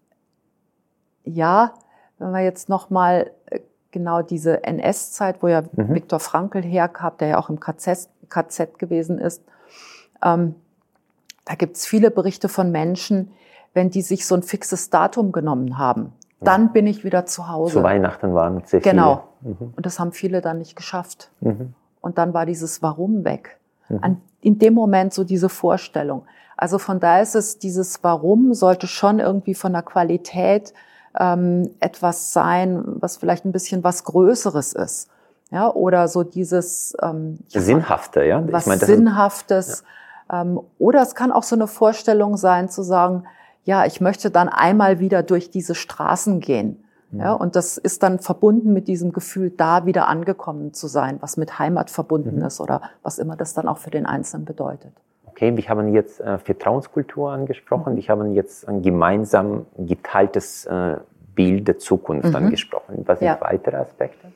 ja, wenn wir jetzt nochmal genau diese N S-Zeit, wo ja mhm. Viktor Frankl herkam, der ja auch im K Z, K Z gewesen ist, ähm, da gibt's viele Berichte von Menschen, wenn die sich so ein fixes Datum genommen haben, dann bin ich wieder zu Hause. Zu Weihnachten waren sehr viele. Genau. Mhm. Und das haben viele dann nicht geschafft. Mhm. Und dann war dieses Warum weg. Mhm. An, in dem Moment so diese Vorstellung. Also von daher ist es, dieses Warum sollte schon irgendwie von der Qualität ähm, etwas sein, was vielleicht ein bisschen was Größeres ist. Ja, oder so dieses ähm, Sinnhafte, ja. Was ich meine, das Sinnhaftes. Ja. Ähm, oder es kann auch so eine Vorstellung sein, zu sagen, ja, ich möchte dann einmal wieder durch diese Straßen gehen. Mhm. Ja, und das ist dann verbunden mit diesem Gefühl, da wieder angekommen zu sein, was mit Heimat verbunden mhm. ist oder was immer das dann auch für den Einzelnen bedeutet. Okay, wir haben jetzt äh, Vertrauenskultur angesprochen, mhm. wir haben jetzt ein gemeinsam geteiltes äh, Bild der Zukunft mhm. angesprochen. Was sind ja. weitere Aspekte?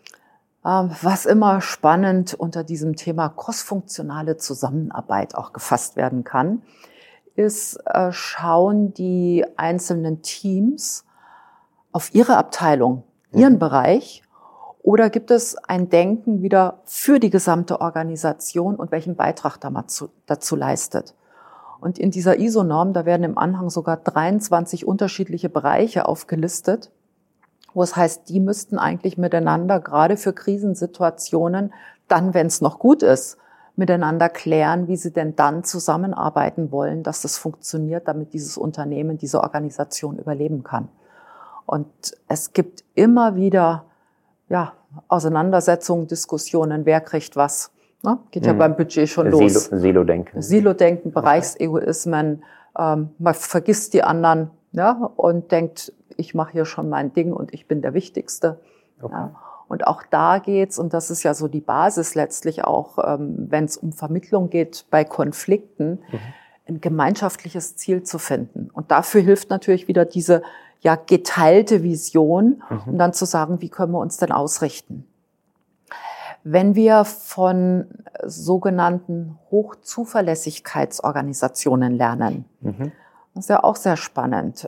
Ähm, was immer spannend unter diesem Thema crossfunktionale Zusammenarbeit auch gefasst werden kann, ist, äh, schauen die einzelnen Teams auf ihre Abteilung, ihren mhm. Bereich, oder gibt es ein Denken wieder für die gesamte Organisation und welchen Beitrag dazu, dazu leistet? Und in dieser I S O-Norm, da werden im Anhang sogar dreiundzwanzig unterschiedliche Bereiche aufgelistet, wo es heißt, die müssten eigentlich miteinander, gerade für Krisensituationen, dann, wenn es noch gut ist, miteinander klären, wie sie denn dann zusammenarbeiten wollen, dass das funktioniert, damit dieses Unternehmen, diese Organisation überleben kann. Und es gibt immer wieder ja, Auseinandersetzungen, Diskussionen, wer kriegt was. Ne? Geht ja mhm. beim Budget schon Silo, los. Silo-Denken. Silo-Denken, Bereichsegoismen. Ähm, man vergisst die anderen, ja, und denkt, ich mache hier schon mein Ding und ich bin der Wichtigste. Okay. Ja. Und auch da geht's, und das ist ja so die Basis letztlich auch, ähm, wenn es um Vermittlung geht bei Konflikten, mhm. ein gemeinschaftliches Ziel zu finden. Und dafür hilft natürlich wieder diese ja geteilte Vision, mhm. um dann zu sagen, wie können wir uns denn ausrichten? Wenn wir von sogenannten Hochzuverlässigkeitsorganisationen lernen, mhm. das ist ja auch sehr spannend.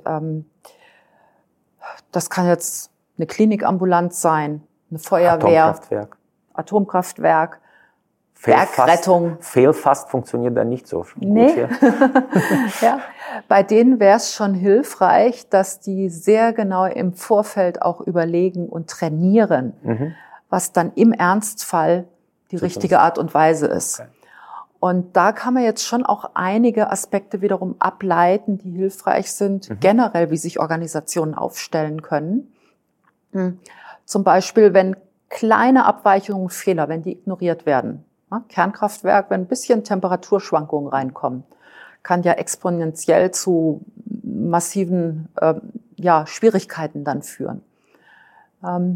Das kann jetzt eine Klinikambulanz sein, eine Feuerwehr, Atomkraftwerk, Atomkraftwerk, Fehlfast, Bergrettung. Fehlfast funktioniert dann nicht so gut. Nee. Hier. Ja, bei denen wäre es schon hilfreich, dass die sehr genau im Vorfeld auch überlegen und trainieren, mhm. was dann im Ernstfall die so richtige Art und Weise ist. Okay. Und da kann man jetzt schon auch einige Aspekte wiederum ableiten, die hilfreich sind, mhm. generell, wie sich Organisationen aufstellen können. Mhm. Zum Beispiel, wenn kleine Abweichungen, Fehler, wenn die ignoriert werden. Ja, Kernkraftwerk, wenn ein bisschen Temperaturschwankungen reinkommen, kann ja exponentiell zu massiven äh, ja, Schwierigkeiten dann führen. Ähm,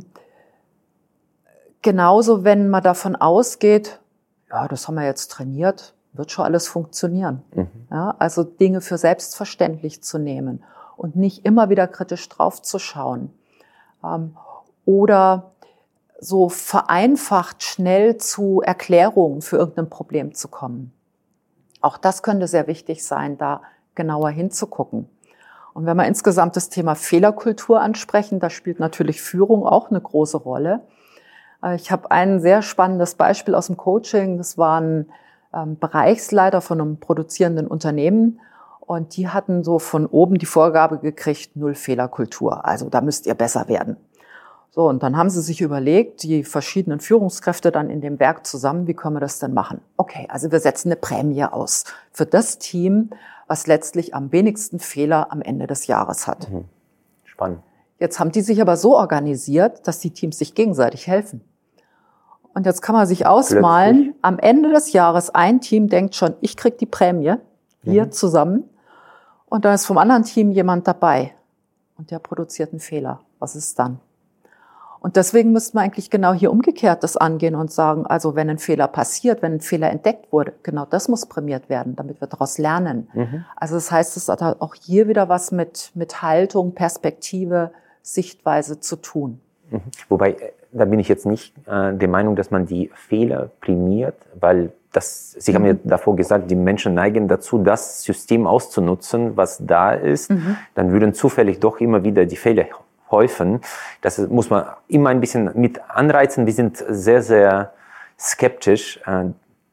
genauso, wenn man davon ausgeht, ja, das haben wir jetzt trainiert, wird schon alles funktionieren. Mhm. Ja, also Dinge für selbstverständlich zu nehmen und nicht immer wieder kritisch draufzuschauen. Ähm, oder so vereinfacht schnell zu Erklärungen für irgendein Problem zu kommen. Auch das könnte sehr wichtig sein, da genauer hinzugucken. Und wenn wir insgesamt das Thema Fehlerkultur ansprechen, da spielt natürlich Führung auch eine große Rolle. Ich habe ein sehr spannendes Beispiel aus dem Coaching. Das war ein ähm, Bereichsleiter von einem produzierenden Unternehmen. Und die hatten so von oben die Vorgabe gekriegt, null Fehlerkultur. Also da müsst ihr besser werden. So, und dann haben sie sich überlegt, die verschiedenen Führungskräfte dann in dem Werk zusammen, wie können wir das denn machen? Okay, also wir setzen eine Prämie aus für das Team, was letztlich am wenigsten Fehler am Ende des Jahres hat. Mhm. Spannend. Jetzt haben die sich aber so organisiert, dass die Teams sich gegenseitig helfen. Und jetzt kann man sich ausmalen, Plötzlich. Am Ende des Jahres ein Team denkt schon, ich krieg die Prämie, wir mhm. zusammen. Und dann ist vom anderen Team jemand dabei und der produziert einen Fehler. Was ist dann? Und deswegen müsste man eigentlich genau hier umgekehrt das angehen und sagen, also wenn ein Fehler passiert, wenn ein Fehler entdeckt wurde, genau das muss prämiert werden, damit wir daraus lernen. Mhm. Also das heißt, es hat auch hier wieder was mit, mit Haltung, Perspektive, Sichtweise zu tun. Mhm. Wobei, da bin ich jetzt nicht äh, der Meinung, dass man die Fehler prämiert, weil das, Sie mhm. haben ja davor gesagt, die Menschen neigen dazu, das System auszunutzen, was da ist. Mhm. Dann würden zufällig doch immer wieder die Fehler häufen. Das muss man immer ein bisschen mit anreizen. Wir sind sehr, sehr skeptisch,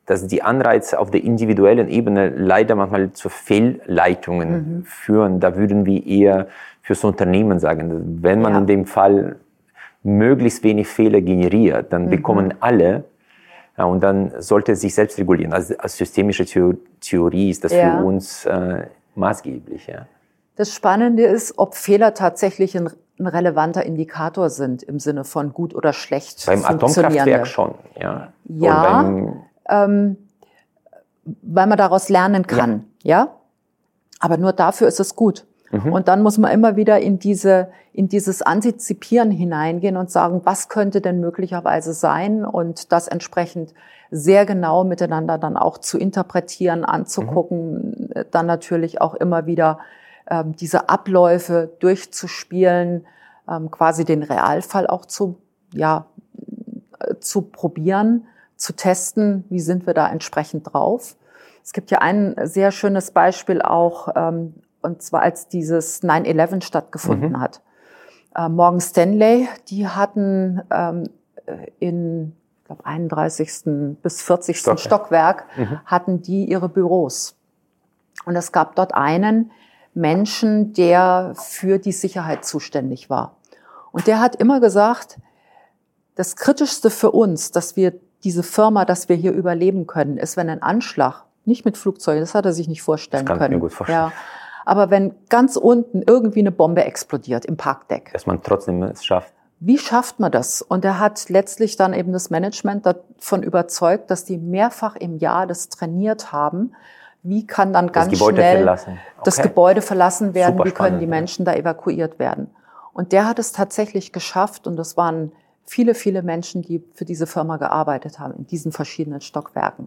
dass die Anreize auf der individuellen Ebene leider manchmal zu Fehlleitungen mhm. führen. Da würden wir eher fürs Unternehmen sagen, wenn man ja. in dem Fall möglichst wenig Fehler generiert, dann mhm. bekommen alle, ja, und dann sollte es sich selbst regulieren. Also als systemische Theorie ist das ja. für uns äh, maßgeblich. Ja. Das Spannende ist, ob Fehler tatsächlich ein, ein relevanter Indikator sind im Sinne von gut oder schlecht. Beim Atomkraftwerk schon. Ja, ja ähm, weil man daraus lernen kann. Ja. ja, aber nur dafür ist es gut. Mhm. Und dann muss man immer wieder in diese, in dieses Antizipieren hineingehen und sagen, was könnte denn möglicherweise sein und das entsprechend sehr genau miteinander dann auch zu interpretieren, anzugucken, mhm. dann natürlich auch immer wieder ähm, diese Abläufe durchzuspielen, ähm, quasi den Realfall auch zu, ja, äh, zu probieren, zu testen, wie sind wir da entsprechend drauf. Es gibt ja ein sehr schönes Beispiel auch, ähm, und zwar als dieses nine eleven stattgefunden mhm. hat. Äh, Morgan Stanley, die hatten ähm, in ich glaube, einunddreißigsten bis vierzigsten Stockwerk, Stockwerk mhm. hatten die ihre Büros. Und es gab dort einen Menschen, der für die Sicherheit zuständig war. Und der hat immer gesagt, das Kritischste für uns, dass wir diese Firma, dass wir hier überleben können, ist, wenn ein Anschlag, nicht mit Flugzeugen, das hat er sich nicht vorstellen können. Das kann ich mir gut vorstellen. Ja. Aber wenn ganz unten irgendwie eine Bombe explodiert im Parkdeck. Dass man trotzdem es schafft. Wie schafft man das? Und er hat letztlich dann eben das Management davon überzeugt, dass die mehrfach im Jahr das trainiert haben. Wie kann dann ganz das schnell verlassen. Okay. das Gebäude verlassen werden? Super Wie können spannend, die Menschen ja. da evakuiert werden? Und der hat es tatsächlich geschafft. Und das waren viele, viele Menschen, die für diese Firma gearbeitet haben, in diesen verschiedenen Stockwerken.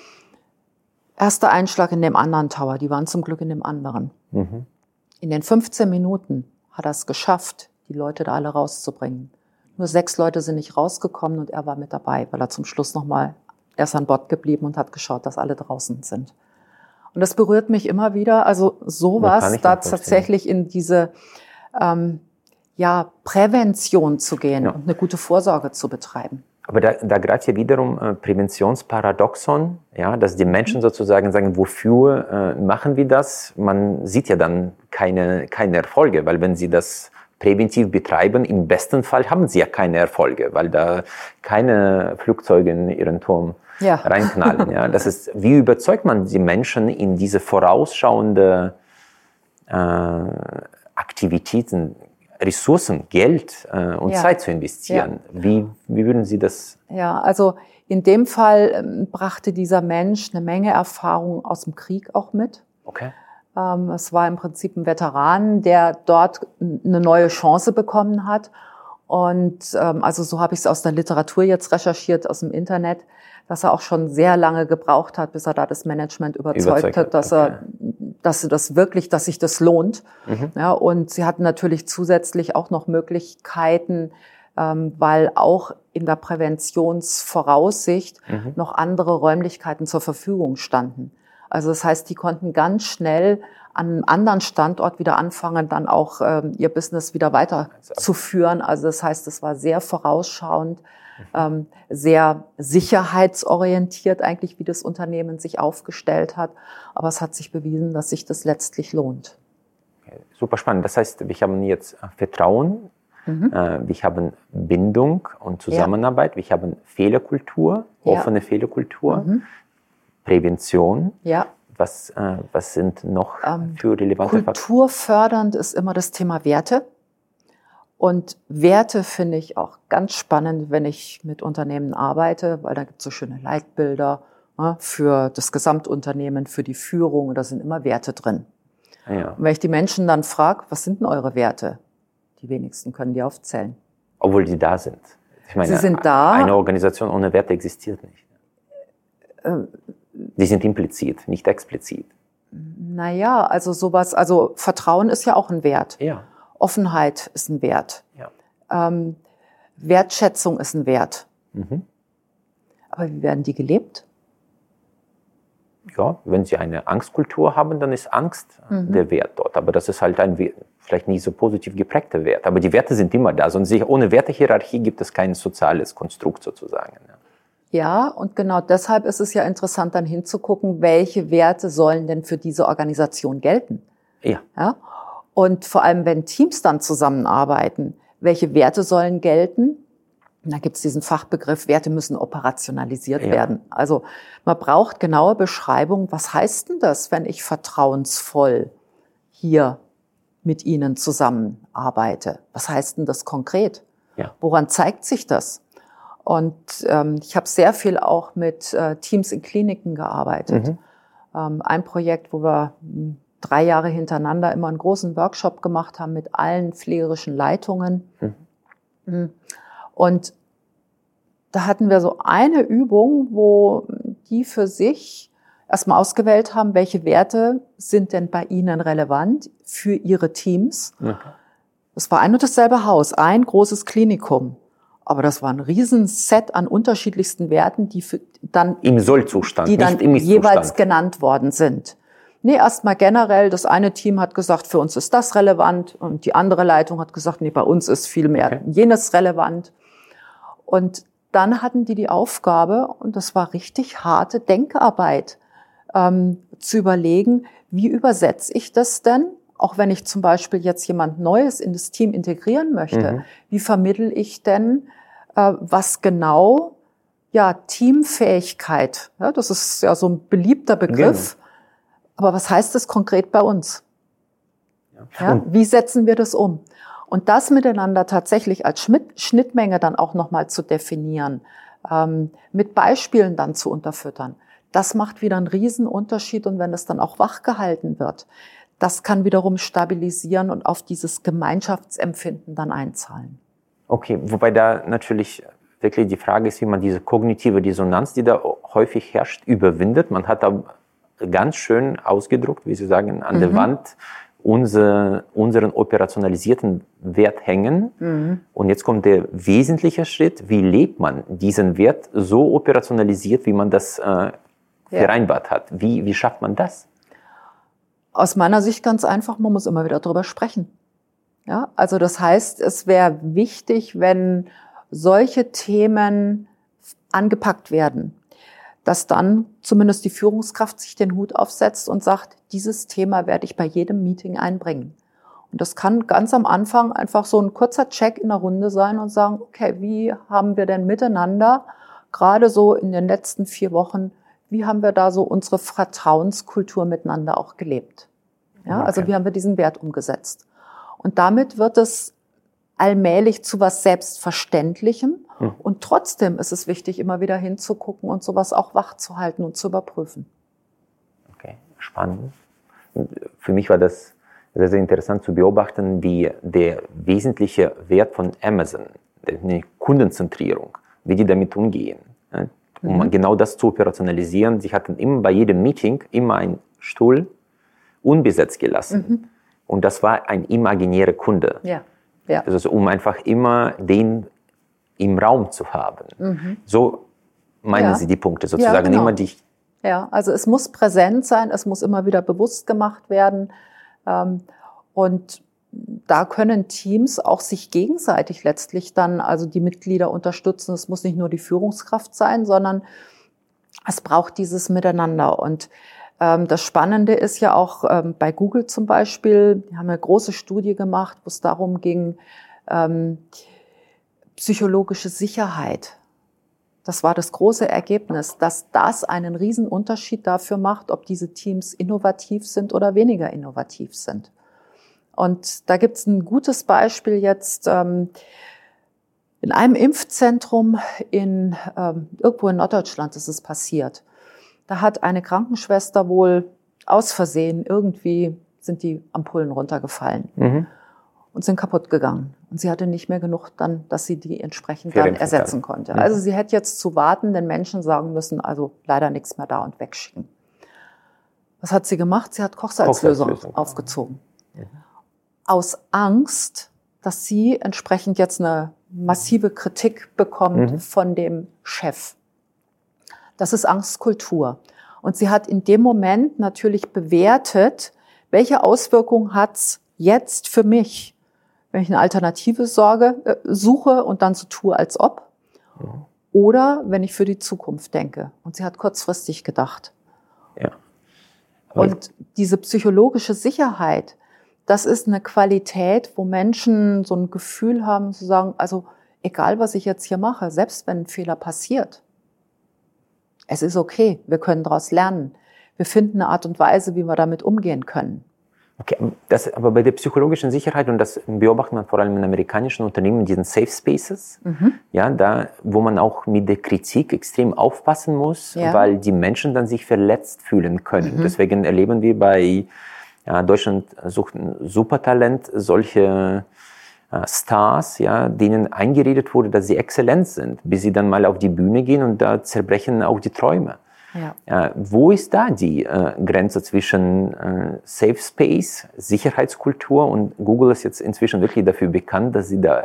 Erster Einschlag in dem anderen Tower, die waren zum Glück in dem anderen. Mhm. In den fünfzehn Minuten hat er es geschafft, die Leute da alle rauszubringen. Nur sechs Leute sind nicht rausgekommen und er war mit dabei, weil er zum Schluss nochmal, er ist an Bord geblieben und hat geschaut, dass alle draußen sind. Und das berührt mich immer wieder, also sowas, da tatsächlich in diese ähm, ja, Prävention zu gehen ja. und eine gute Vorsorge zu betreiben. Aber da, da greift ja wiederum äh, Präventionsparadoxon, ja, dass die Menschen sozusagen sagen, wofür äh, machen wir das? Man sieht ja dann keine, keine Erfolge, weil wenn sie das präventiv betreiben, im besten Fall haben sie ja keine Erfolge, weil da keine Flugzeuge in ihren Turm ja. reinknallen. Ja. Das ist, wie überzeugt man die Menschen in diese vorausschauende äh, Aktivitäten, Ressourcen, Geld äh, und ja. Zeit zu investieren. Ja. Wie, wie würden Sie das? Ja, also in dem Fall ähm, brachte dieser Mensch eine Menge Erfahrung aus dem Krieg auch mit. Okay. Ähm, es war im Prinzip ein Veteran, der dort eine neue Chance bekommen hat. Und ähm, also so habe ich es aus der Literatur jetzt recherchiert, aus dem Internet, dass er auch schon sehr lange gebraucht hat, bis er da das Management überzeugt, überzeugt hat, dass okay. er, dass das wirklich, dass sich das lohnt. Mhm. Ja, und sie hatten natürlich zusätzlich auch noch Möglichkeiten, ähm, weil auch in der Präventionsvoraussicht mhm. noch andere Räumlichkeiten zur Verfügung standen. Also das heißt, die konnten ganz schnell an einem anderen Standort wieder anfangen, dann auch ähm, ihr Business wieder weiterzuführen. Also das heißt, es war sehr vorausschauend, ähm, sehr sicherheitsorientiert eigentlich, wie das Unternehmen sich aufgestellt hat. Aber es hat sich bewiesen, dass sich das letztlich lohnt. Okay, super spannend. Das heißt, wir haben jetzt Vertrauen, mhm. äh, wir haben Bindung und Zusammenarbeit, ja. wir haben Fehlerkultur, offene ja. Fehlerkultur, mhm. Prävention. Ja. Was, äh, was sind noch ähm, für relevante Faktoren? Kulturfördernd ist immer das Thema Werte. Und Werte finde ich auch ganz spannend, wenn ich mit Unternehmen arbeite, weil da gibt es so schöne Leitbilder ne, für das Gesamtunternehmen, für die Führung. Und da sind immer Werte drin. Ja. Und wenn ich die Menschen dann frage, was sind denn eure Werte? Die wenigsten können die aufzählen. Obwohl die da sind. Ich meine, Sie sind da. Eine Organisation ohne Werte existiert nicht. Äh, Die sind implizit, nicht explizit. Naja, also sowas, also Vertrauen ist ja auch ein Wert. Ja. Offenheit ist ein Wert. Ja. Ähm, Wertschätzung ist ein Wert. Mhm. Aber wie werden die gelebt? Ja, wenn Sie eine Angstkultur haben, dann ist Angst mhm. der Wert dort. Aber das ist halt ein vielleicht nicht so positiv geprägter Wert. Aber die Werte sind immer da. Sonst ohne Wertehierarchie gibt es kein soziales Konstrukt sozusagen. Ja. Ja, und genau deshalb ist es ja interessant, dann hinzugucken, welche Werte sollen denn für diese Organisation gelten. Ja. Ja? Und vor allem, wenn Teams dann zusammenarbeiten, welche Werte sollen gelten? Und da gibt es diesen Fachbegriff, Werte müssen operationalisiert Ja. werden. Also man braucht genaue Beschreibung, was heißt denn das, wenn ich vertrauensvoll hier mit Ihnen zusammenarbeite? Was heißt denn das konkret? Ja. Woran zeigt sich das? Und ähm, ich habe sehr viel auch mit äh, Teams in Kliniken gearbeitet. Mhm. Ähm, ein Projekt, wo wir mh, drei Jahre hintereinander immer einen großen Workshop gemacht haben mit allen pflegerischen Leitungen. Mhm. Und da hatten wir so eine Übung, wo die für sich erstmal ausgewählt haben, welche Werte sind denn bei ihnen relevant für ihre Teams. Okay. Das war ein und dasselbe Haus, ein großes Klinikum. Aber das war ein Riesenset an unterschiedlichsten Werten, die für dann im Sollzustand, die dann nicht im jeweils genannt worden sind. Nee, erstmal generell, das eine Team hat gesagt, für uns ist das relevant und die andere Leitung hat gesagt, nee, bei uns ist viel mehr okay. jenes relevant. Und dann hatten die die Aufgabe, und das war richtig harte Denkarbeit, ähm, zu überlegen, wie übersetze ich das denn, auch wenn ich zum Beispiel jetzt jemand Neues in das Team integrieren möchte, mhm. wie vermittle ich denn, äh, was genau, ja, Teamfähigkeit, ja, das ist ja so ein beliebter Begriff, genau. Aber was heißt das konkret bei uns? Ja. Ja, wie setzen wir das um? Und das miteinander tatsächlich als Schnittmenge dann auch nochmal zu definieren, ähm, mit Beispielen dann zu unterfüttern, das macht wieder einen riesen Unterschied. Und wenn das dann auch wachgehalten wird, das kann wiederum stabilisieren und auf dieses Gemeinschaftsempfinden dann einzahlen. Okay, wobei da natürlich wirklich die Frage ist, wie man diese kognitive Dissonanz, die da häufig herrscht, überwindet. Man hat da ganz schön ausgedruckt, wie Sie sagen, an mhm. der Wand unsere, unseren operationalisierten Wert hängen. Mhm. Und jetzt kommt der wesentliche Schritt, wie lebt man diesen Wert so operationalisiert, wie man das äh, vereinbart ja. hat? Wie, wie schafft man das? Aus meiner Sicht ganz einfach, man muss immer wieder drüber sprechen. Ja, also das heißt, es wäre wichtig, wenn solche Themen angepackt werden, dass dann zumindest die Führungskraft sich den Hut aufsetzt und sagt, dieses Thema werde ich bei jedem Meeting einbringen. Und das kann ganz am Anfang einfach so ein kurzer Check in der Runde sein und sagen, okay, wie haben wir denn miteinander, gerade so in den letzten vier Wochen, wie haben wir da so unsere Vertrauenskultur miteinander auch gelebt? Ja, okay. Also wie haben wir diesen Wert umgesetzt? Und damit wird es allmählich zu was Selbstverständlichem. Hm. Und trotzdem ist es wichtig, immer wieder hinzugucken und sowas auch wach zu halten und zu überprüfen. Okay, spannend. Für mich war das sehr, sehr interessant zu beobachten, wie der wesentliche Wert von Amazon, die Kundenzentrierung, wie die damit umgehen. Um mhm. genau das zu operationalisieren. Sie hatten immer bei jedem Meeting immer einen Stuhl unbesetzt gelassen. Mhm. Und das war ein imaginärer Kunde. Ja. Ja. Also um einfach immer den im Raum zu haben. Mhm. So meinen ja. Sie die Punkte sozusagen, ja, genau. immer die. Ja, also es muss präsent sein, es muss immer wieder bewusst gemacht werden. Und da können Teams auch sich gegenseitig letztlich dann, also die Mitglieder unterstützen. Es muss nicht nur die Führungskraft sein, sondern es braucht dieses Miteinander. Und das Spannende ist ja auch ähm, bei Google zum Beispiel, die haben eine große Studie gemacht, wo es darum ging, ähm, psychologische Sicherheit. Das war das große Ergebnis, dass das einen riesen Unterschied dafür macht, ob diese Teams innovativ sind oder weniger innovativ sind. Und da gibt es ein gutes Beispiel jetzt ähm, in einem Impfzentrum in ähm, irgendwo in Norddeutschland ist es passiert. Da hat eine Krankenschwester wohl aus Versehen irgendwie sind die Ampullen runtergefallen mhm. und sind kaputt gegangen. Und sie hatte nicht mehr genug dann, dass sie die entsprechend dann ersetzen konnte. Mhm. Also sie hätte jetzt zu wartenden Menschen sagen müssen, also leider nichts mehr da und wegschicken. Was hat sie gemacht? Sie hat Kochsalzlösung, Kochsalzlösung aufgezogen. Mhm. Aus Angst, dass sie entsprechend jetzt eine massive Kritik bekommt mhm. von dem Chef. Das ist Angstkultur. Und sie hat in dem Moment natürlich bewertet, welche Auswirkungen hat's jetzt für mich, wenn ich eine Alternative sorge, äh, suche und dann so tue, als ob. Ja. oder wenn ich für die Zukunft denke. Und sie hat kurzfristig gedacht. Ja. Und diese psychologische Sicherheit, das ist eine Qualität, wo Menschen so ein Gefühl haben, zu sagen, also egal, was ich jetzt hier mache, selbst wenn ein Fehler passiert, es ist okay, wir können daraus lernen. Wir finden eine Art und Weise, wie wir damit umgehen können. Okay, das, aber bei der psychologischen Sicherheit, und das beobachtet man vor allem in amerikanischen Unternehmen, diesen Safe Spaces, mhm. ja, da, wo man auch mit der Kritik extrem aufpassen muss, ja. weil die Menschen dann sich verletzt fühlen können. Mhm. Deswegen erleben wir bei ja, Deutschland sucht ein Supertalent solche äh, Stars, ja, denen eingeredet wurde, dass sie exzellent sind, bis sie dann mal auf die Bühne gehen und da zerbrechen auch die Träume. Ja. Äh, wo ist da die äh, Grenze zwischen äh, Safe Space, Sicherheitskultur, und Google ist jetzt inzwischen wirklich dafür bekannt, dass sie da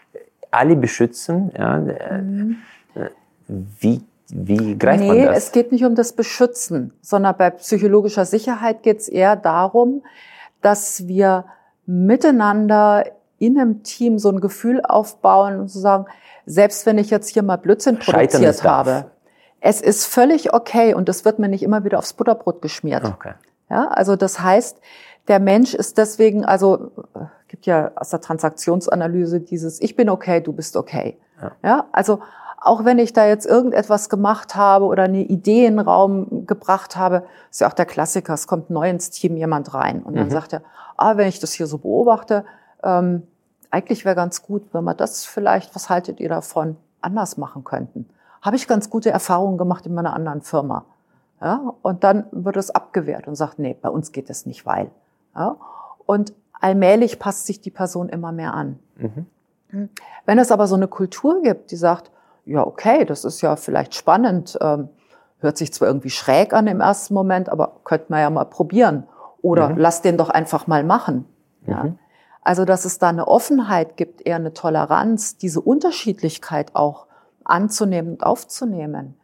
alle beschützen. Ja, äh, mhm. äh, wie, wie greift nee, man das? Nee, es geht nicht um das Beschützen, sondern bei psychologischer Sicherheit geht es eher darum, dass wir miteinander in einem Team so ein Gefühl aufbauen und zu sagen, selbst wenn ich jetzt hier mal Blödsinn produziert habe, es ist völlig okay und es wird mir nicht immer wieder aufs Butterbrot geschmiert. Okay. Ja, also das heißt, der Mensch ist deswegen, also gibt ja aus der Transaktionsanalyse dieses Ich bin okay, du bist okay. Ja, ja, also auch wenn ich da jetzt irgendetwas gemacht habe oder eine Idee in den Raum gebracht habe, ist ja auch der Klassiker, es kommt neu ins Team jemand rein und dann mhm. sagt er, ah, wenn ich das hier so beobachte, ähm, eigentlich wäre ganz gut, wenn wir das vielleicht, was haltet ihr davon, anders machen könnten. Habe ich ganz gute Erfahrungen gemacht in meiner anderen Firma. Ja, und dann wird es abgewehrt und sagt, nee, bei uns geht es nicht, weil. Ja, und allmählich passt sich die Person immer mehr an. Mhm. Wenn es aber so eine Kultur gibt, die sagt, ja, okay, das ist ja vielleicht spannend, ähm, hört sich zwar irgendwie schräg an im ersten Moment, aber könnte man ja mal probieren. Oder mhm. lass den doch einfach mal machen. Ja. Mhm. Also, dass es da eine Offenheit gibt, eher eine Toleranz, diese Unterschiedlichkeit auch anzunehmen und aufzunehmen.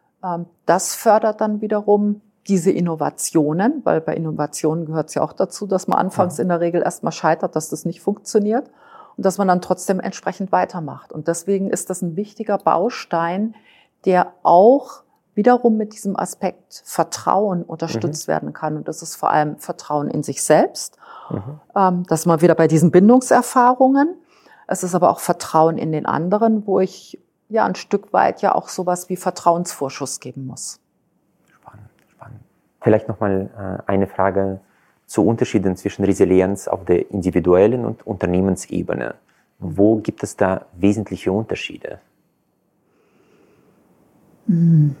Das fördert dann wiederum diese Innovationen, weil bei Innovationen gehört es ja auch dazu, dass man anfangs ja. in der Regel erstmal scheitert, dass das nicht funktioniert und dass man dann trotzdem entsprechend weitermacht. Und deswegen ist das ein wichtiger Baustein, der auch wiederum mit diesem Aspekt Vertrauen unterstützt mhm. werden kann. Und das ist vor allem Vertrauen in sich selbst. Mhm. Das ist mal wieder bei diesen Bindungserfahrungen. Es ist aber auch Vertrauen in den anderen, wo ich ja ein Stück weit ja auch sowas wie Vertrauensvorschuss geben muss. Spannend, spannend. Vielleicht nochmal äh, eine Frage zu Unterschieden zwischen Resilienz auf der individuellen und Unternehmensebene. Wo gibt es da wesentliche Unterschiede? Hm.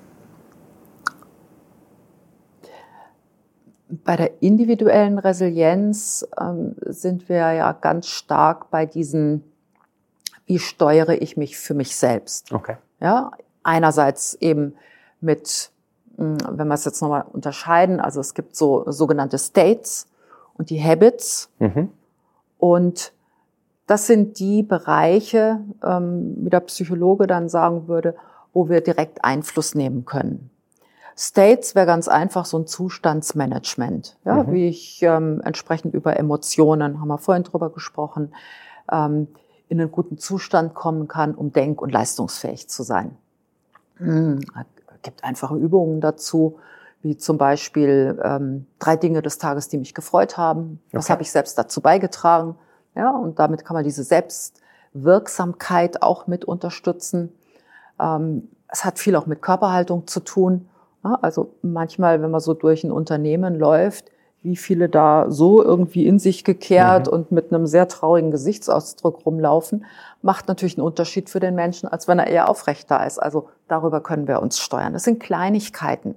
Bei der individuellen Resilienz ähm, sind wir ja ganz stark bei diesen wie steuere ich mich für mich selbst? Okay. Ja, einerseits eben mit, wenn wir es jetzt nochmal unterscheiden, also es gibt so sogenannte States und die Habits. Mhm. Und das sind die Bereiche, ähm, wie der Psychologe dann sagen würde, wo wir direkt Einfluss nehmen können. States wäre ganz einfach so ein Zustandsmanagement, ja, mhm. wie ich ähm, entsprechend über Emotionen, haben wir vorhin drüber gesprochen, ähm, in einen guten Zustand kommen kann, um denk- und leistungsfähig zu sein. Es gibt einfache Übungen dazu, wie zum Beispiel ähm, drei Dinge des Tages, die mich gefreut haben. Was okay. habe ich selbst dazu beigetragen? Ja, und damit kann man diese Selbstwirksamkeit auch mit unterstützen. Ähm, es hat viel auch mit Körperhaltung zu tun. Ja, also manchmal, wenn man so durch ein Unternehmen läuft, wie viele da so irgendwie in sich gekehrt mhm. und mit einem sehr traurigen Gesichtsausdruck rumlaufen, macht natürlich einen Unterschied für den Menschen, als wenn er eher aufrecht da ist. Also darüber können wir uns steuern. Das sind Kleinigkeiten.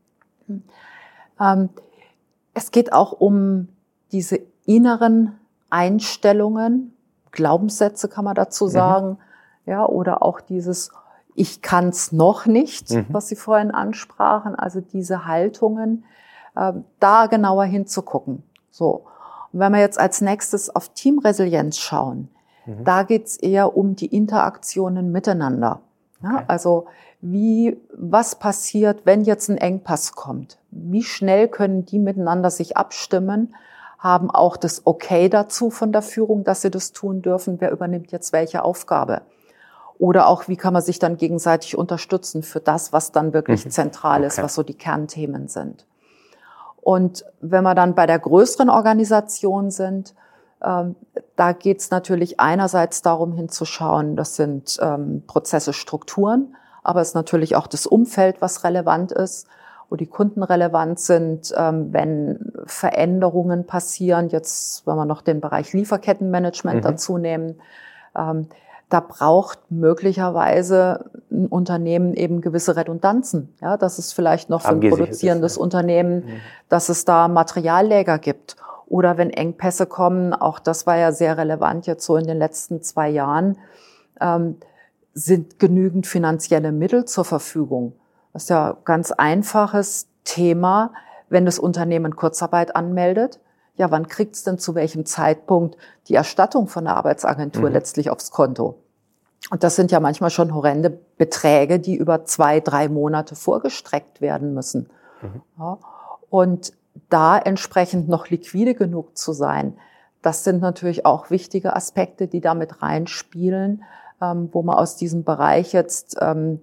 Ähm, es geht auch um diese inneren Einstellungen, Glaubenssätze kann man dazu sagen, mhm. ja, oder auch dieses Ich kann's noch nicht, mhm. was Sie vorhin ansprachen, also diese Haltungen, da genauer hinzugucken. So. Und wenn wir jetzt als nächstes auf Teamresilienz schauen, mhm. da geht's eher um die Interaktionen miteinander. Ja, okay. Also wie, was passiert, wenn jetzt ein Engpass kommt? Wie schnell können die miteinander sich abstimmen, haben auch das Okay dazu von der Führung, dass sie das tun dürfen? Wer übernimmt jetzt welche Aufgabe? Oder auch, wie kann man sich dann gegenseitig unterstützen für das, was dann wirklich mhm. zentral ist, okay. was so die Kernthemen sind. Und wenn wir dann bei der größeren Organisation sind, ähm, da geht es natürlich einerseits darum hinzuschauen, das sind ähm, Prozesse, Strukturen, aber es ist natürlich auch das Umfeld, was relevant ist, wo die Kunden relevant sind, ähm, wenn Veränderungen passieren, jetzt wenn wir noch den Bereich Lieferkettenmanagement mhm. dazu nehmen, ähm, da braucht möglicherweise ein Unternehmen eben gewisse Redundanzen. Ja, dass es vielleicht noch für ein produzierendes ist, ja. Unternehmen, mhm. dass es da Materialläger gibt. Oder wenn Engpässe kommen, auch das war ja sehr relevant jetzt so in den letzten zwei Jahren, ähm, sind genügend finanzielle Mittel zur Verfügung. Das ist ja ein ganz einfaches Thema, wenn das Unternehmen Kurzarbeit anmeldet. Ja, wann kriegt es denn zu welchem Zeitpunkt die Erstattung von der Arbeitsagentur mhm. letztlich aufs Konto? Und das sind ja manchmal schon horrende Beträge, die über zwei, drei Monate vorgestreckt werden müssen. Mhm. Ja, und da entsprechend noch liquide genug zu sein, das sind natürlich auch wichtige Aspekte, die damit reinspielen, ähm, wo man aus diesem Bereich jetzt ähm,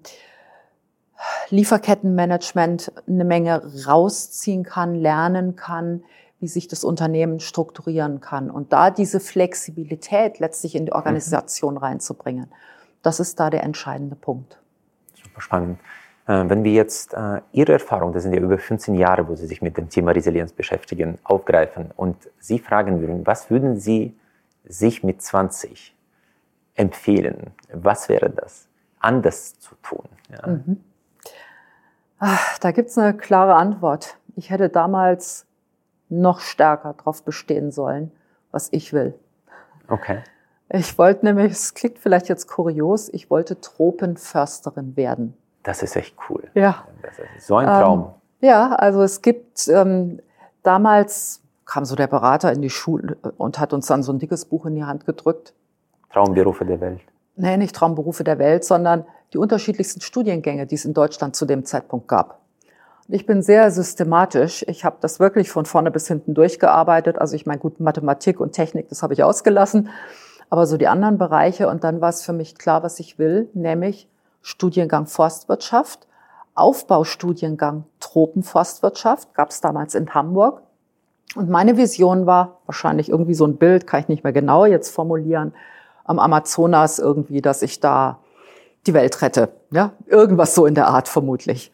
Lieferkettenmanagement eine Menge rausziehen kann, lernen kann, wie sich das Unternehmen strukturieren kann. Und da diese Flexibilität letztlich in die Organisation mhm. reinzubringen, das ist da der entscheidende Punkt. Super spannend. Wenn wir jetzt äh, Ihre Erfahrung, das sind ja über fünfzehn Jahre, wo Sie sich mit dem Thema Resilienz beschäftigen, aufgreifen und Sie fragen würden, was würden Sie sich mit zwanzig empfehlen? Was wäre das, anders zu tun? Ja. Mhm. Ach, da gibt's eine klare Antwort. Ich hätte damals noch stärker darauf bestehen sollen, was ich will. Okay. Ich wollte nämlich, es klingt vielleicht jetzt kurios, ich wollte Tropenförsterin werden. Das ist echt cool. Ja. Das ist so ein Traum. Ähm, ja, also es gibt, ähm, damals kam so der Berater in die Schule und hat uns dann so ein dickes Buch in die Hand gedrückt. Traumberufe der Welt. Nee, nicht Traumberufe der Welt, sondern die unterschiedlichsten Studiengänge, die es in Deutschland zu dem Zeitpunkt gab. Und ich bin sehr systematisch. Ich habe das wirklich von vorne bis hinten durchgearbeitet. Also ich meine, gut, Mathematik und Technik, das habe ich ausgelassen. Aber so die anderen Bereiche. Und dann war es für mich klar, was ich will, nämlich Studiengang Forstwirtschaft, Aufbaustudiengang Tropenforstwirtschaft, gab es damals in Hamburg. Und meine Vision war wahrscheinlich irgendwie so ein Bild, kann ich nicht mehr genau jetzt formulieren, am Amazonas irgendwie, dass ich da die Welt rette. Ja, irgendwas so in der Art vermutlich.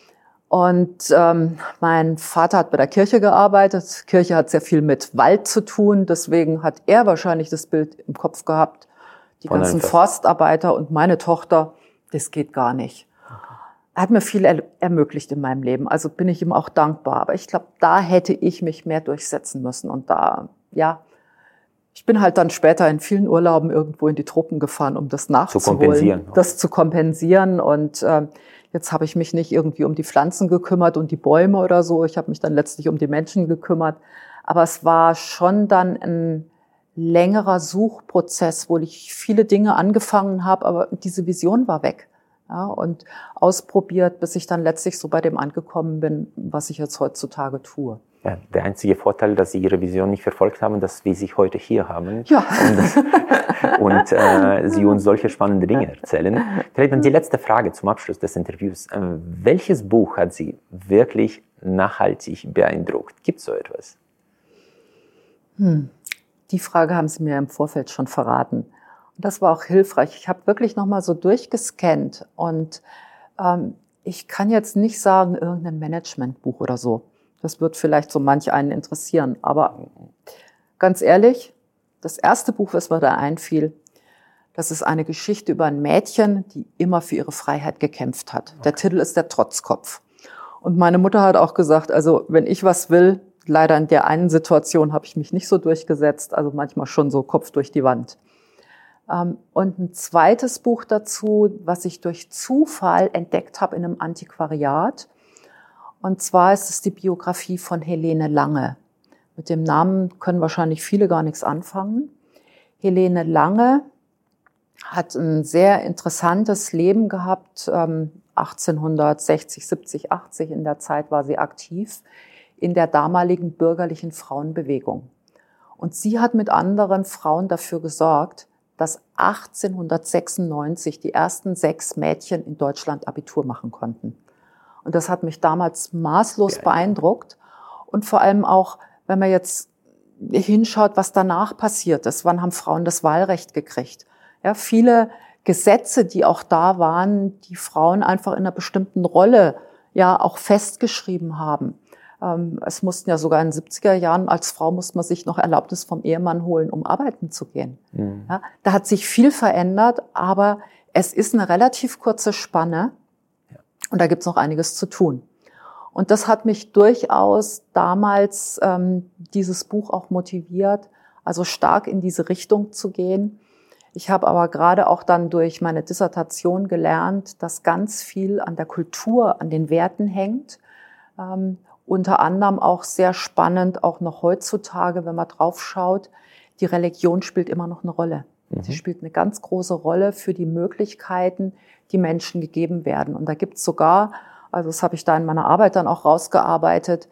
Und ähm, mein Vater hat bei der Kirche gearbeitet. Kirche hat sehr viel mit Wald zu tun. Deswegen hat er wahrscheinlich das Bild im Kopf gehabt. Die Von ganzen Forstarbeiter und meine Tochter, das geht gar nicht. Okay. Er hat mir viel er- ermöglicht in meinem Leben. Also bin ich ihm auch dankbar. Aber ich glaube, da hätte ich mich mehr durchsetzen müssen. Und da, ja, ich bin halt dann später in vielen Urlauben irgendwo in die Tropen gefahren, um das nachzuholen. Zu kompensieren. Das zu kompensieren. Und äh, jetzt habe ich mich nicht irgendwie um die Pflanzen gekümmert und die Bäume oder so. Ich habe mich dann letztlich um die Menschen gekümmert. Aber es war schon dann ein längerer Suchprozess, wo ich viele Dinge angefangen habe, aber diese Vision war weg. Ja, und ausprobiert, bis ich dann letztlich so bei dem angekommen bin, was ich jetzt heutzutage tue. Ja, der einzige Vorteil, dass Sie Ihre Vision nicht verfolgt haben, dass wir Sie heute hier haben. Ja. Und, das, und äh, Sie uns solche spannende Dinge erzählen. Vielleicht dann die letzte Frage zum Abschluss des Interviews. Äh, welches Buch hat Sie wirklich nachhaltig beeindruckt? Gibt es so etwas? Hm. Die Frage haben Sie mir im Vorfeld schon verraten. Und das war auch hilfreich. Ich habe wirklich nochmal so durchgescannt. Und ähm, ich kann jetzt nicht sagen, irgendein Managementbuch oder so. Das wird vielleicht so manch einen interessieren. Aber ganz ehrlich, das erste Buch, was mir da einfiel, das ist eine Geschichte über ein Mädchen, die immer für ihre Freiheit gekämpft hat. Okay. Der Titel ist Der Trotzkopf. Und meine Mutter hat auch gesagt, also wenn ich was will, leider in der einen Situation habe ich mich nicht so durchgesetzt, also manchmal schon so Kopf durch die Wand. Und ein zweites Buch dazu, was ich durch Zufall entdeckt habe in einem Antiquariat. Und zwar ist es die Biografie von Helene Lange. Mit dem Namen können wahrscheinlich viele gar nichts anfangen. Helene Lange hat ein sehr interessantes Leben gehabt. achtzehnhundertsechzig, siebzig, achtzig in der Zeit war sie aktiv in der damaligen bürgerlichen Frauenbewegung. Und sie hat mit anderen Frauen dafür gesorgt, dass achtzehnhundertsechsundneunzig die ersten sechs Mädchen in Deutschland Abitur machen konnten. Und das hat mich damals maßlos beeindruckt. Und vor allem auch, wenn man jetzt hinschaut, was danach passiert ist. Wann haben Frauen das Wahlrecht gekriegt? Ja, viele Gesetze, die auch da waren, die Frauen einfach in einer bestimmten Rolle ja auch festgeschrieben haben. Ähm, es mussten ja sogar in den siebziger Jahren, als Frau musste man sich noch Erlaubnis vom Ehemann holen, um arbeiten zu gehen. Mhm. Ja, da hat sich viel verändert, aber es ist eine relativ kurze Spanne ja. Und da gibt es noch einiges zu tun. Und das hat mich durchaus damals ähm, dieses Buch auch motiviert, also stark in diese Richtung zu gehen. Ich habe aber gerade auch dann durch meine Dissertation gelernt, dass ganz viel an der Kultur, an den Werten hängt. Ähm, unter anderem auch sehr spannend, auch noch heutzutage, wenn man drauf schaut, die Religion spielt immer noch eine Rolle. Mhm. Sie spielt eine ganz große Rolle für die Möglichkeiten, die Menschen gegeben werden. Und da gibt es sogar, also das habe ich da in meiner Arbeit dann auch rausgearbeitet,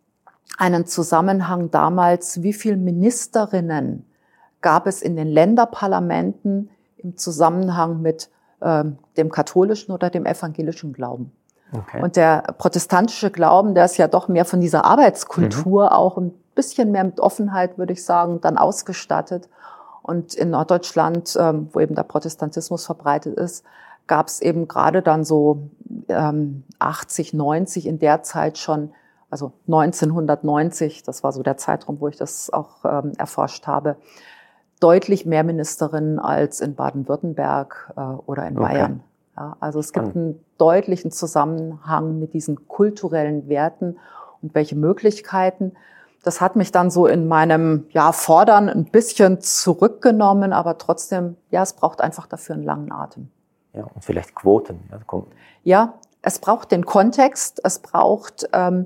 einen Zusammenhang damals, wie viele Ministerinnen gab es in den Länderparlamenten im Zusammenhang mit äh, dem katholischen oder dem evangelischen Glauben. Okay. Und der protestantische Glauben, der ist ja doch mehr von dieser Arbeitskultur, mhm. auch ein bisschen mehr mit Offenheit, würde ich sagen, dann ausgestattet. Und in Norddeutschland, ähm, wo eben der Protestantismus verbreitet ist, gab es eben gerade dann so ähm, achtzig, neunzig in der Zeit schon, also neunzehnhundertneunzig, das war so der Zeitraum, wo ich das auch ähm, erforscht habe, deutlich mehr Ministerinnen als in Baden-Württemberg äh, oder in okay. Bayern. Ja, also es gibt einen deutlichen Zusammenhang mit diesen kulturellen Werten und welche Möglichkeiten. Das hat mich dann so in meinem ja, Fordern ein bisschen zurückgenommen, aber trotzdem, ja, es braucht einfach dafür einen langen Atem. Ja, und vielleicht Quoten. Ja, ja es braucht den Kontext, es braucht ähm,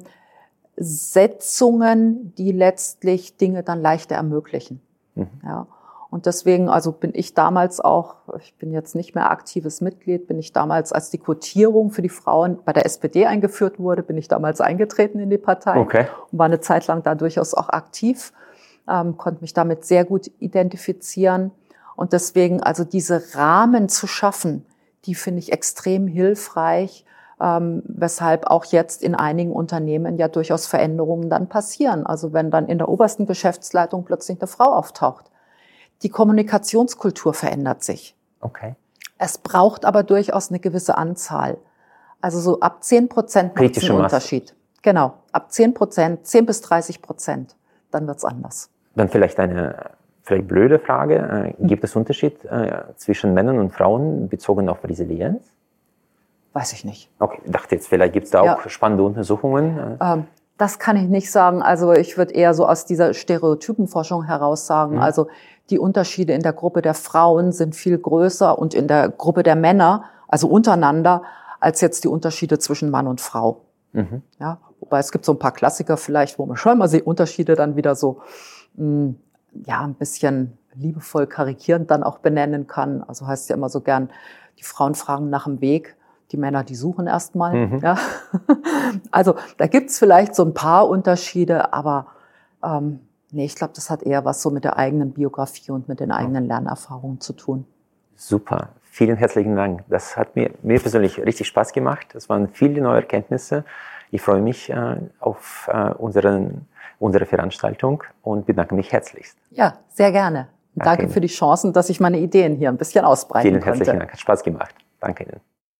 Setzungen, die letztlich Dinge dann leichter ermöglichen. Mhm. Ja. Und deswegen, also bin ich damals auch, ich bin jetzt nicht mehr aktives Mitglied, bin ich damals, als die Quotierung für die Frauen bei der S P D eingeführt wurde, bin ich damals eingetreten in die Partei okay. und war eine Zeit lang da durchaus auch aktiv, ähm, konnte mich damit sehr gut identifizieren. Und deswegen, also diese Rahmen zu schaffen, die finde ich extrem hilfreich, ähm, weshalb auch jetzt in einigen Unternehmen ja durchaus Veränderungen dann passieren. Also wenn dann in der obersten Geschäftsleitung plötzlich eine Frau auftaucht. Die Kommunikationskultur verändert sich. Okay. Es braucht aber durchaus eine gewisse Anzahl. Also so ab zehn Prozent macht es einen Unterschied. Genau, ab zehn Prozent, zehn bis dreißig Prozent, dann wird's anders. Dann vielleicht eine vielleicht blöde Frage. Hm. Gibt es Unterschied äh, zwischen Männern und Frauen bezogen auf Resilienz? Weiß ich nicht. Okay, ich dachte jetzt, vielleicht gibt es da auch ja. spannende Untersuchungen. Ähm, das kann ich nicht sagen. Also ich würde eher so aus dieser Stereotypenforschung heraus sagen, hm. also die Unterschiede in der Gruppe der Frauen sind viel größer und in der Gruppe der Männer, also untereinander, als jetzt die Unterschiede zwischen Mann und Frau. Mhm. Ja, wobei es gibt so ein paar Klassiker vielleicht, wo man schon mal die Unterschiede dann wieder so mh, ja ein bisschen liebevoll karikierend dann auch benennen kann. Also heißt ja immer so gern, die Frauen fragen nach dem Weg, die Männer, die suchen erstmal. Mhm. Ja. Also da gibt's vielleicht so ein paar Unterschiede, aber ähm, nee, ich glaube, das hat eher was so mit der eigenen Biografie und mit den eigenen Lernerfahrungen zu tun. Super, vielen herzlichen Dank. Das hat mir, mir persönlich richtig Spaß gemacht. Es waren viele neue Erkenntnisse. Ich freue mich äh, auf äh, unseren, unsere Veranstaltung und bedanke mich herzlichst. Ja, sehr gerne. Und danke, danke für die Chancen, dass ich meine Ideen hier ein bisschen ausbreiten vielen konnte. Vielen herzlichen Dank, hat Spaß gemacht. Danke Ihnen.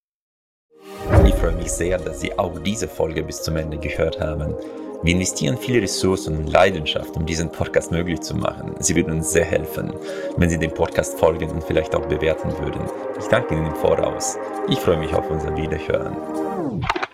Ich freue mich sehr, dass Sie auch diese Folge bis zum Ende gehört haben. Wir investieren viele Ressourcen und Leidenschaft, um diesen Podcast möglich zu machen. Sie würden uns sehr helfen, wenn Sie dem Podcast folgen und vielleicht auch bewerten würden. Ich danke Ihnen im Voraus. Ich freue mich auf unser Wiederhören.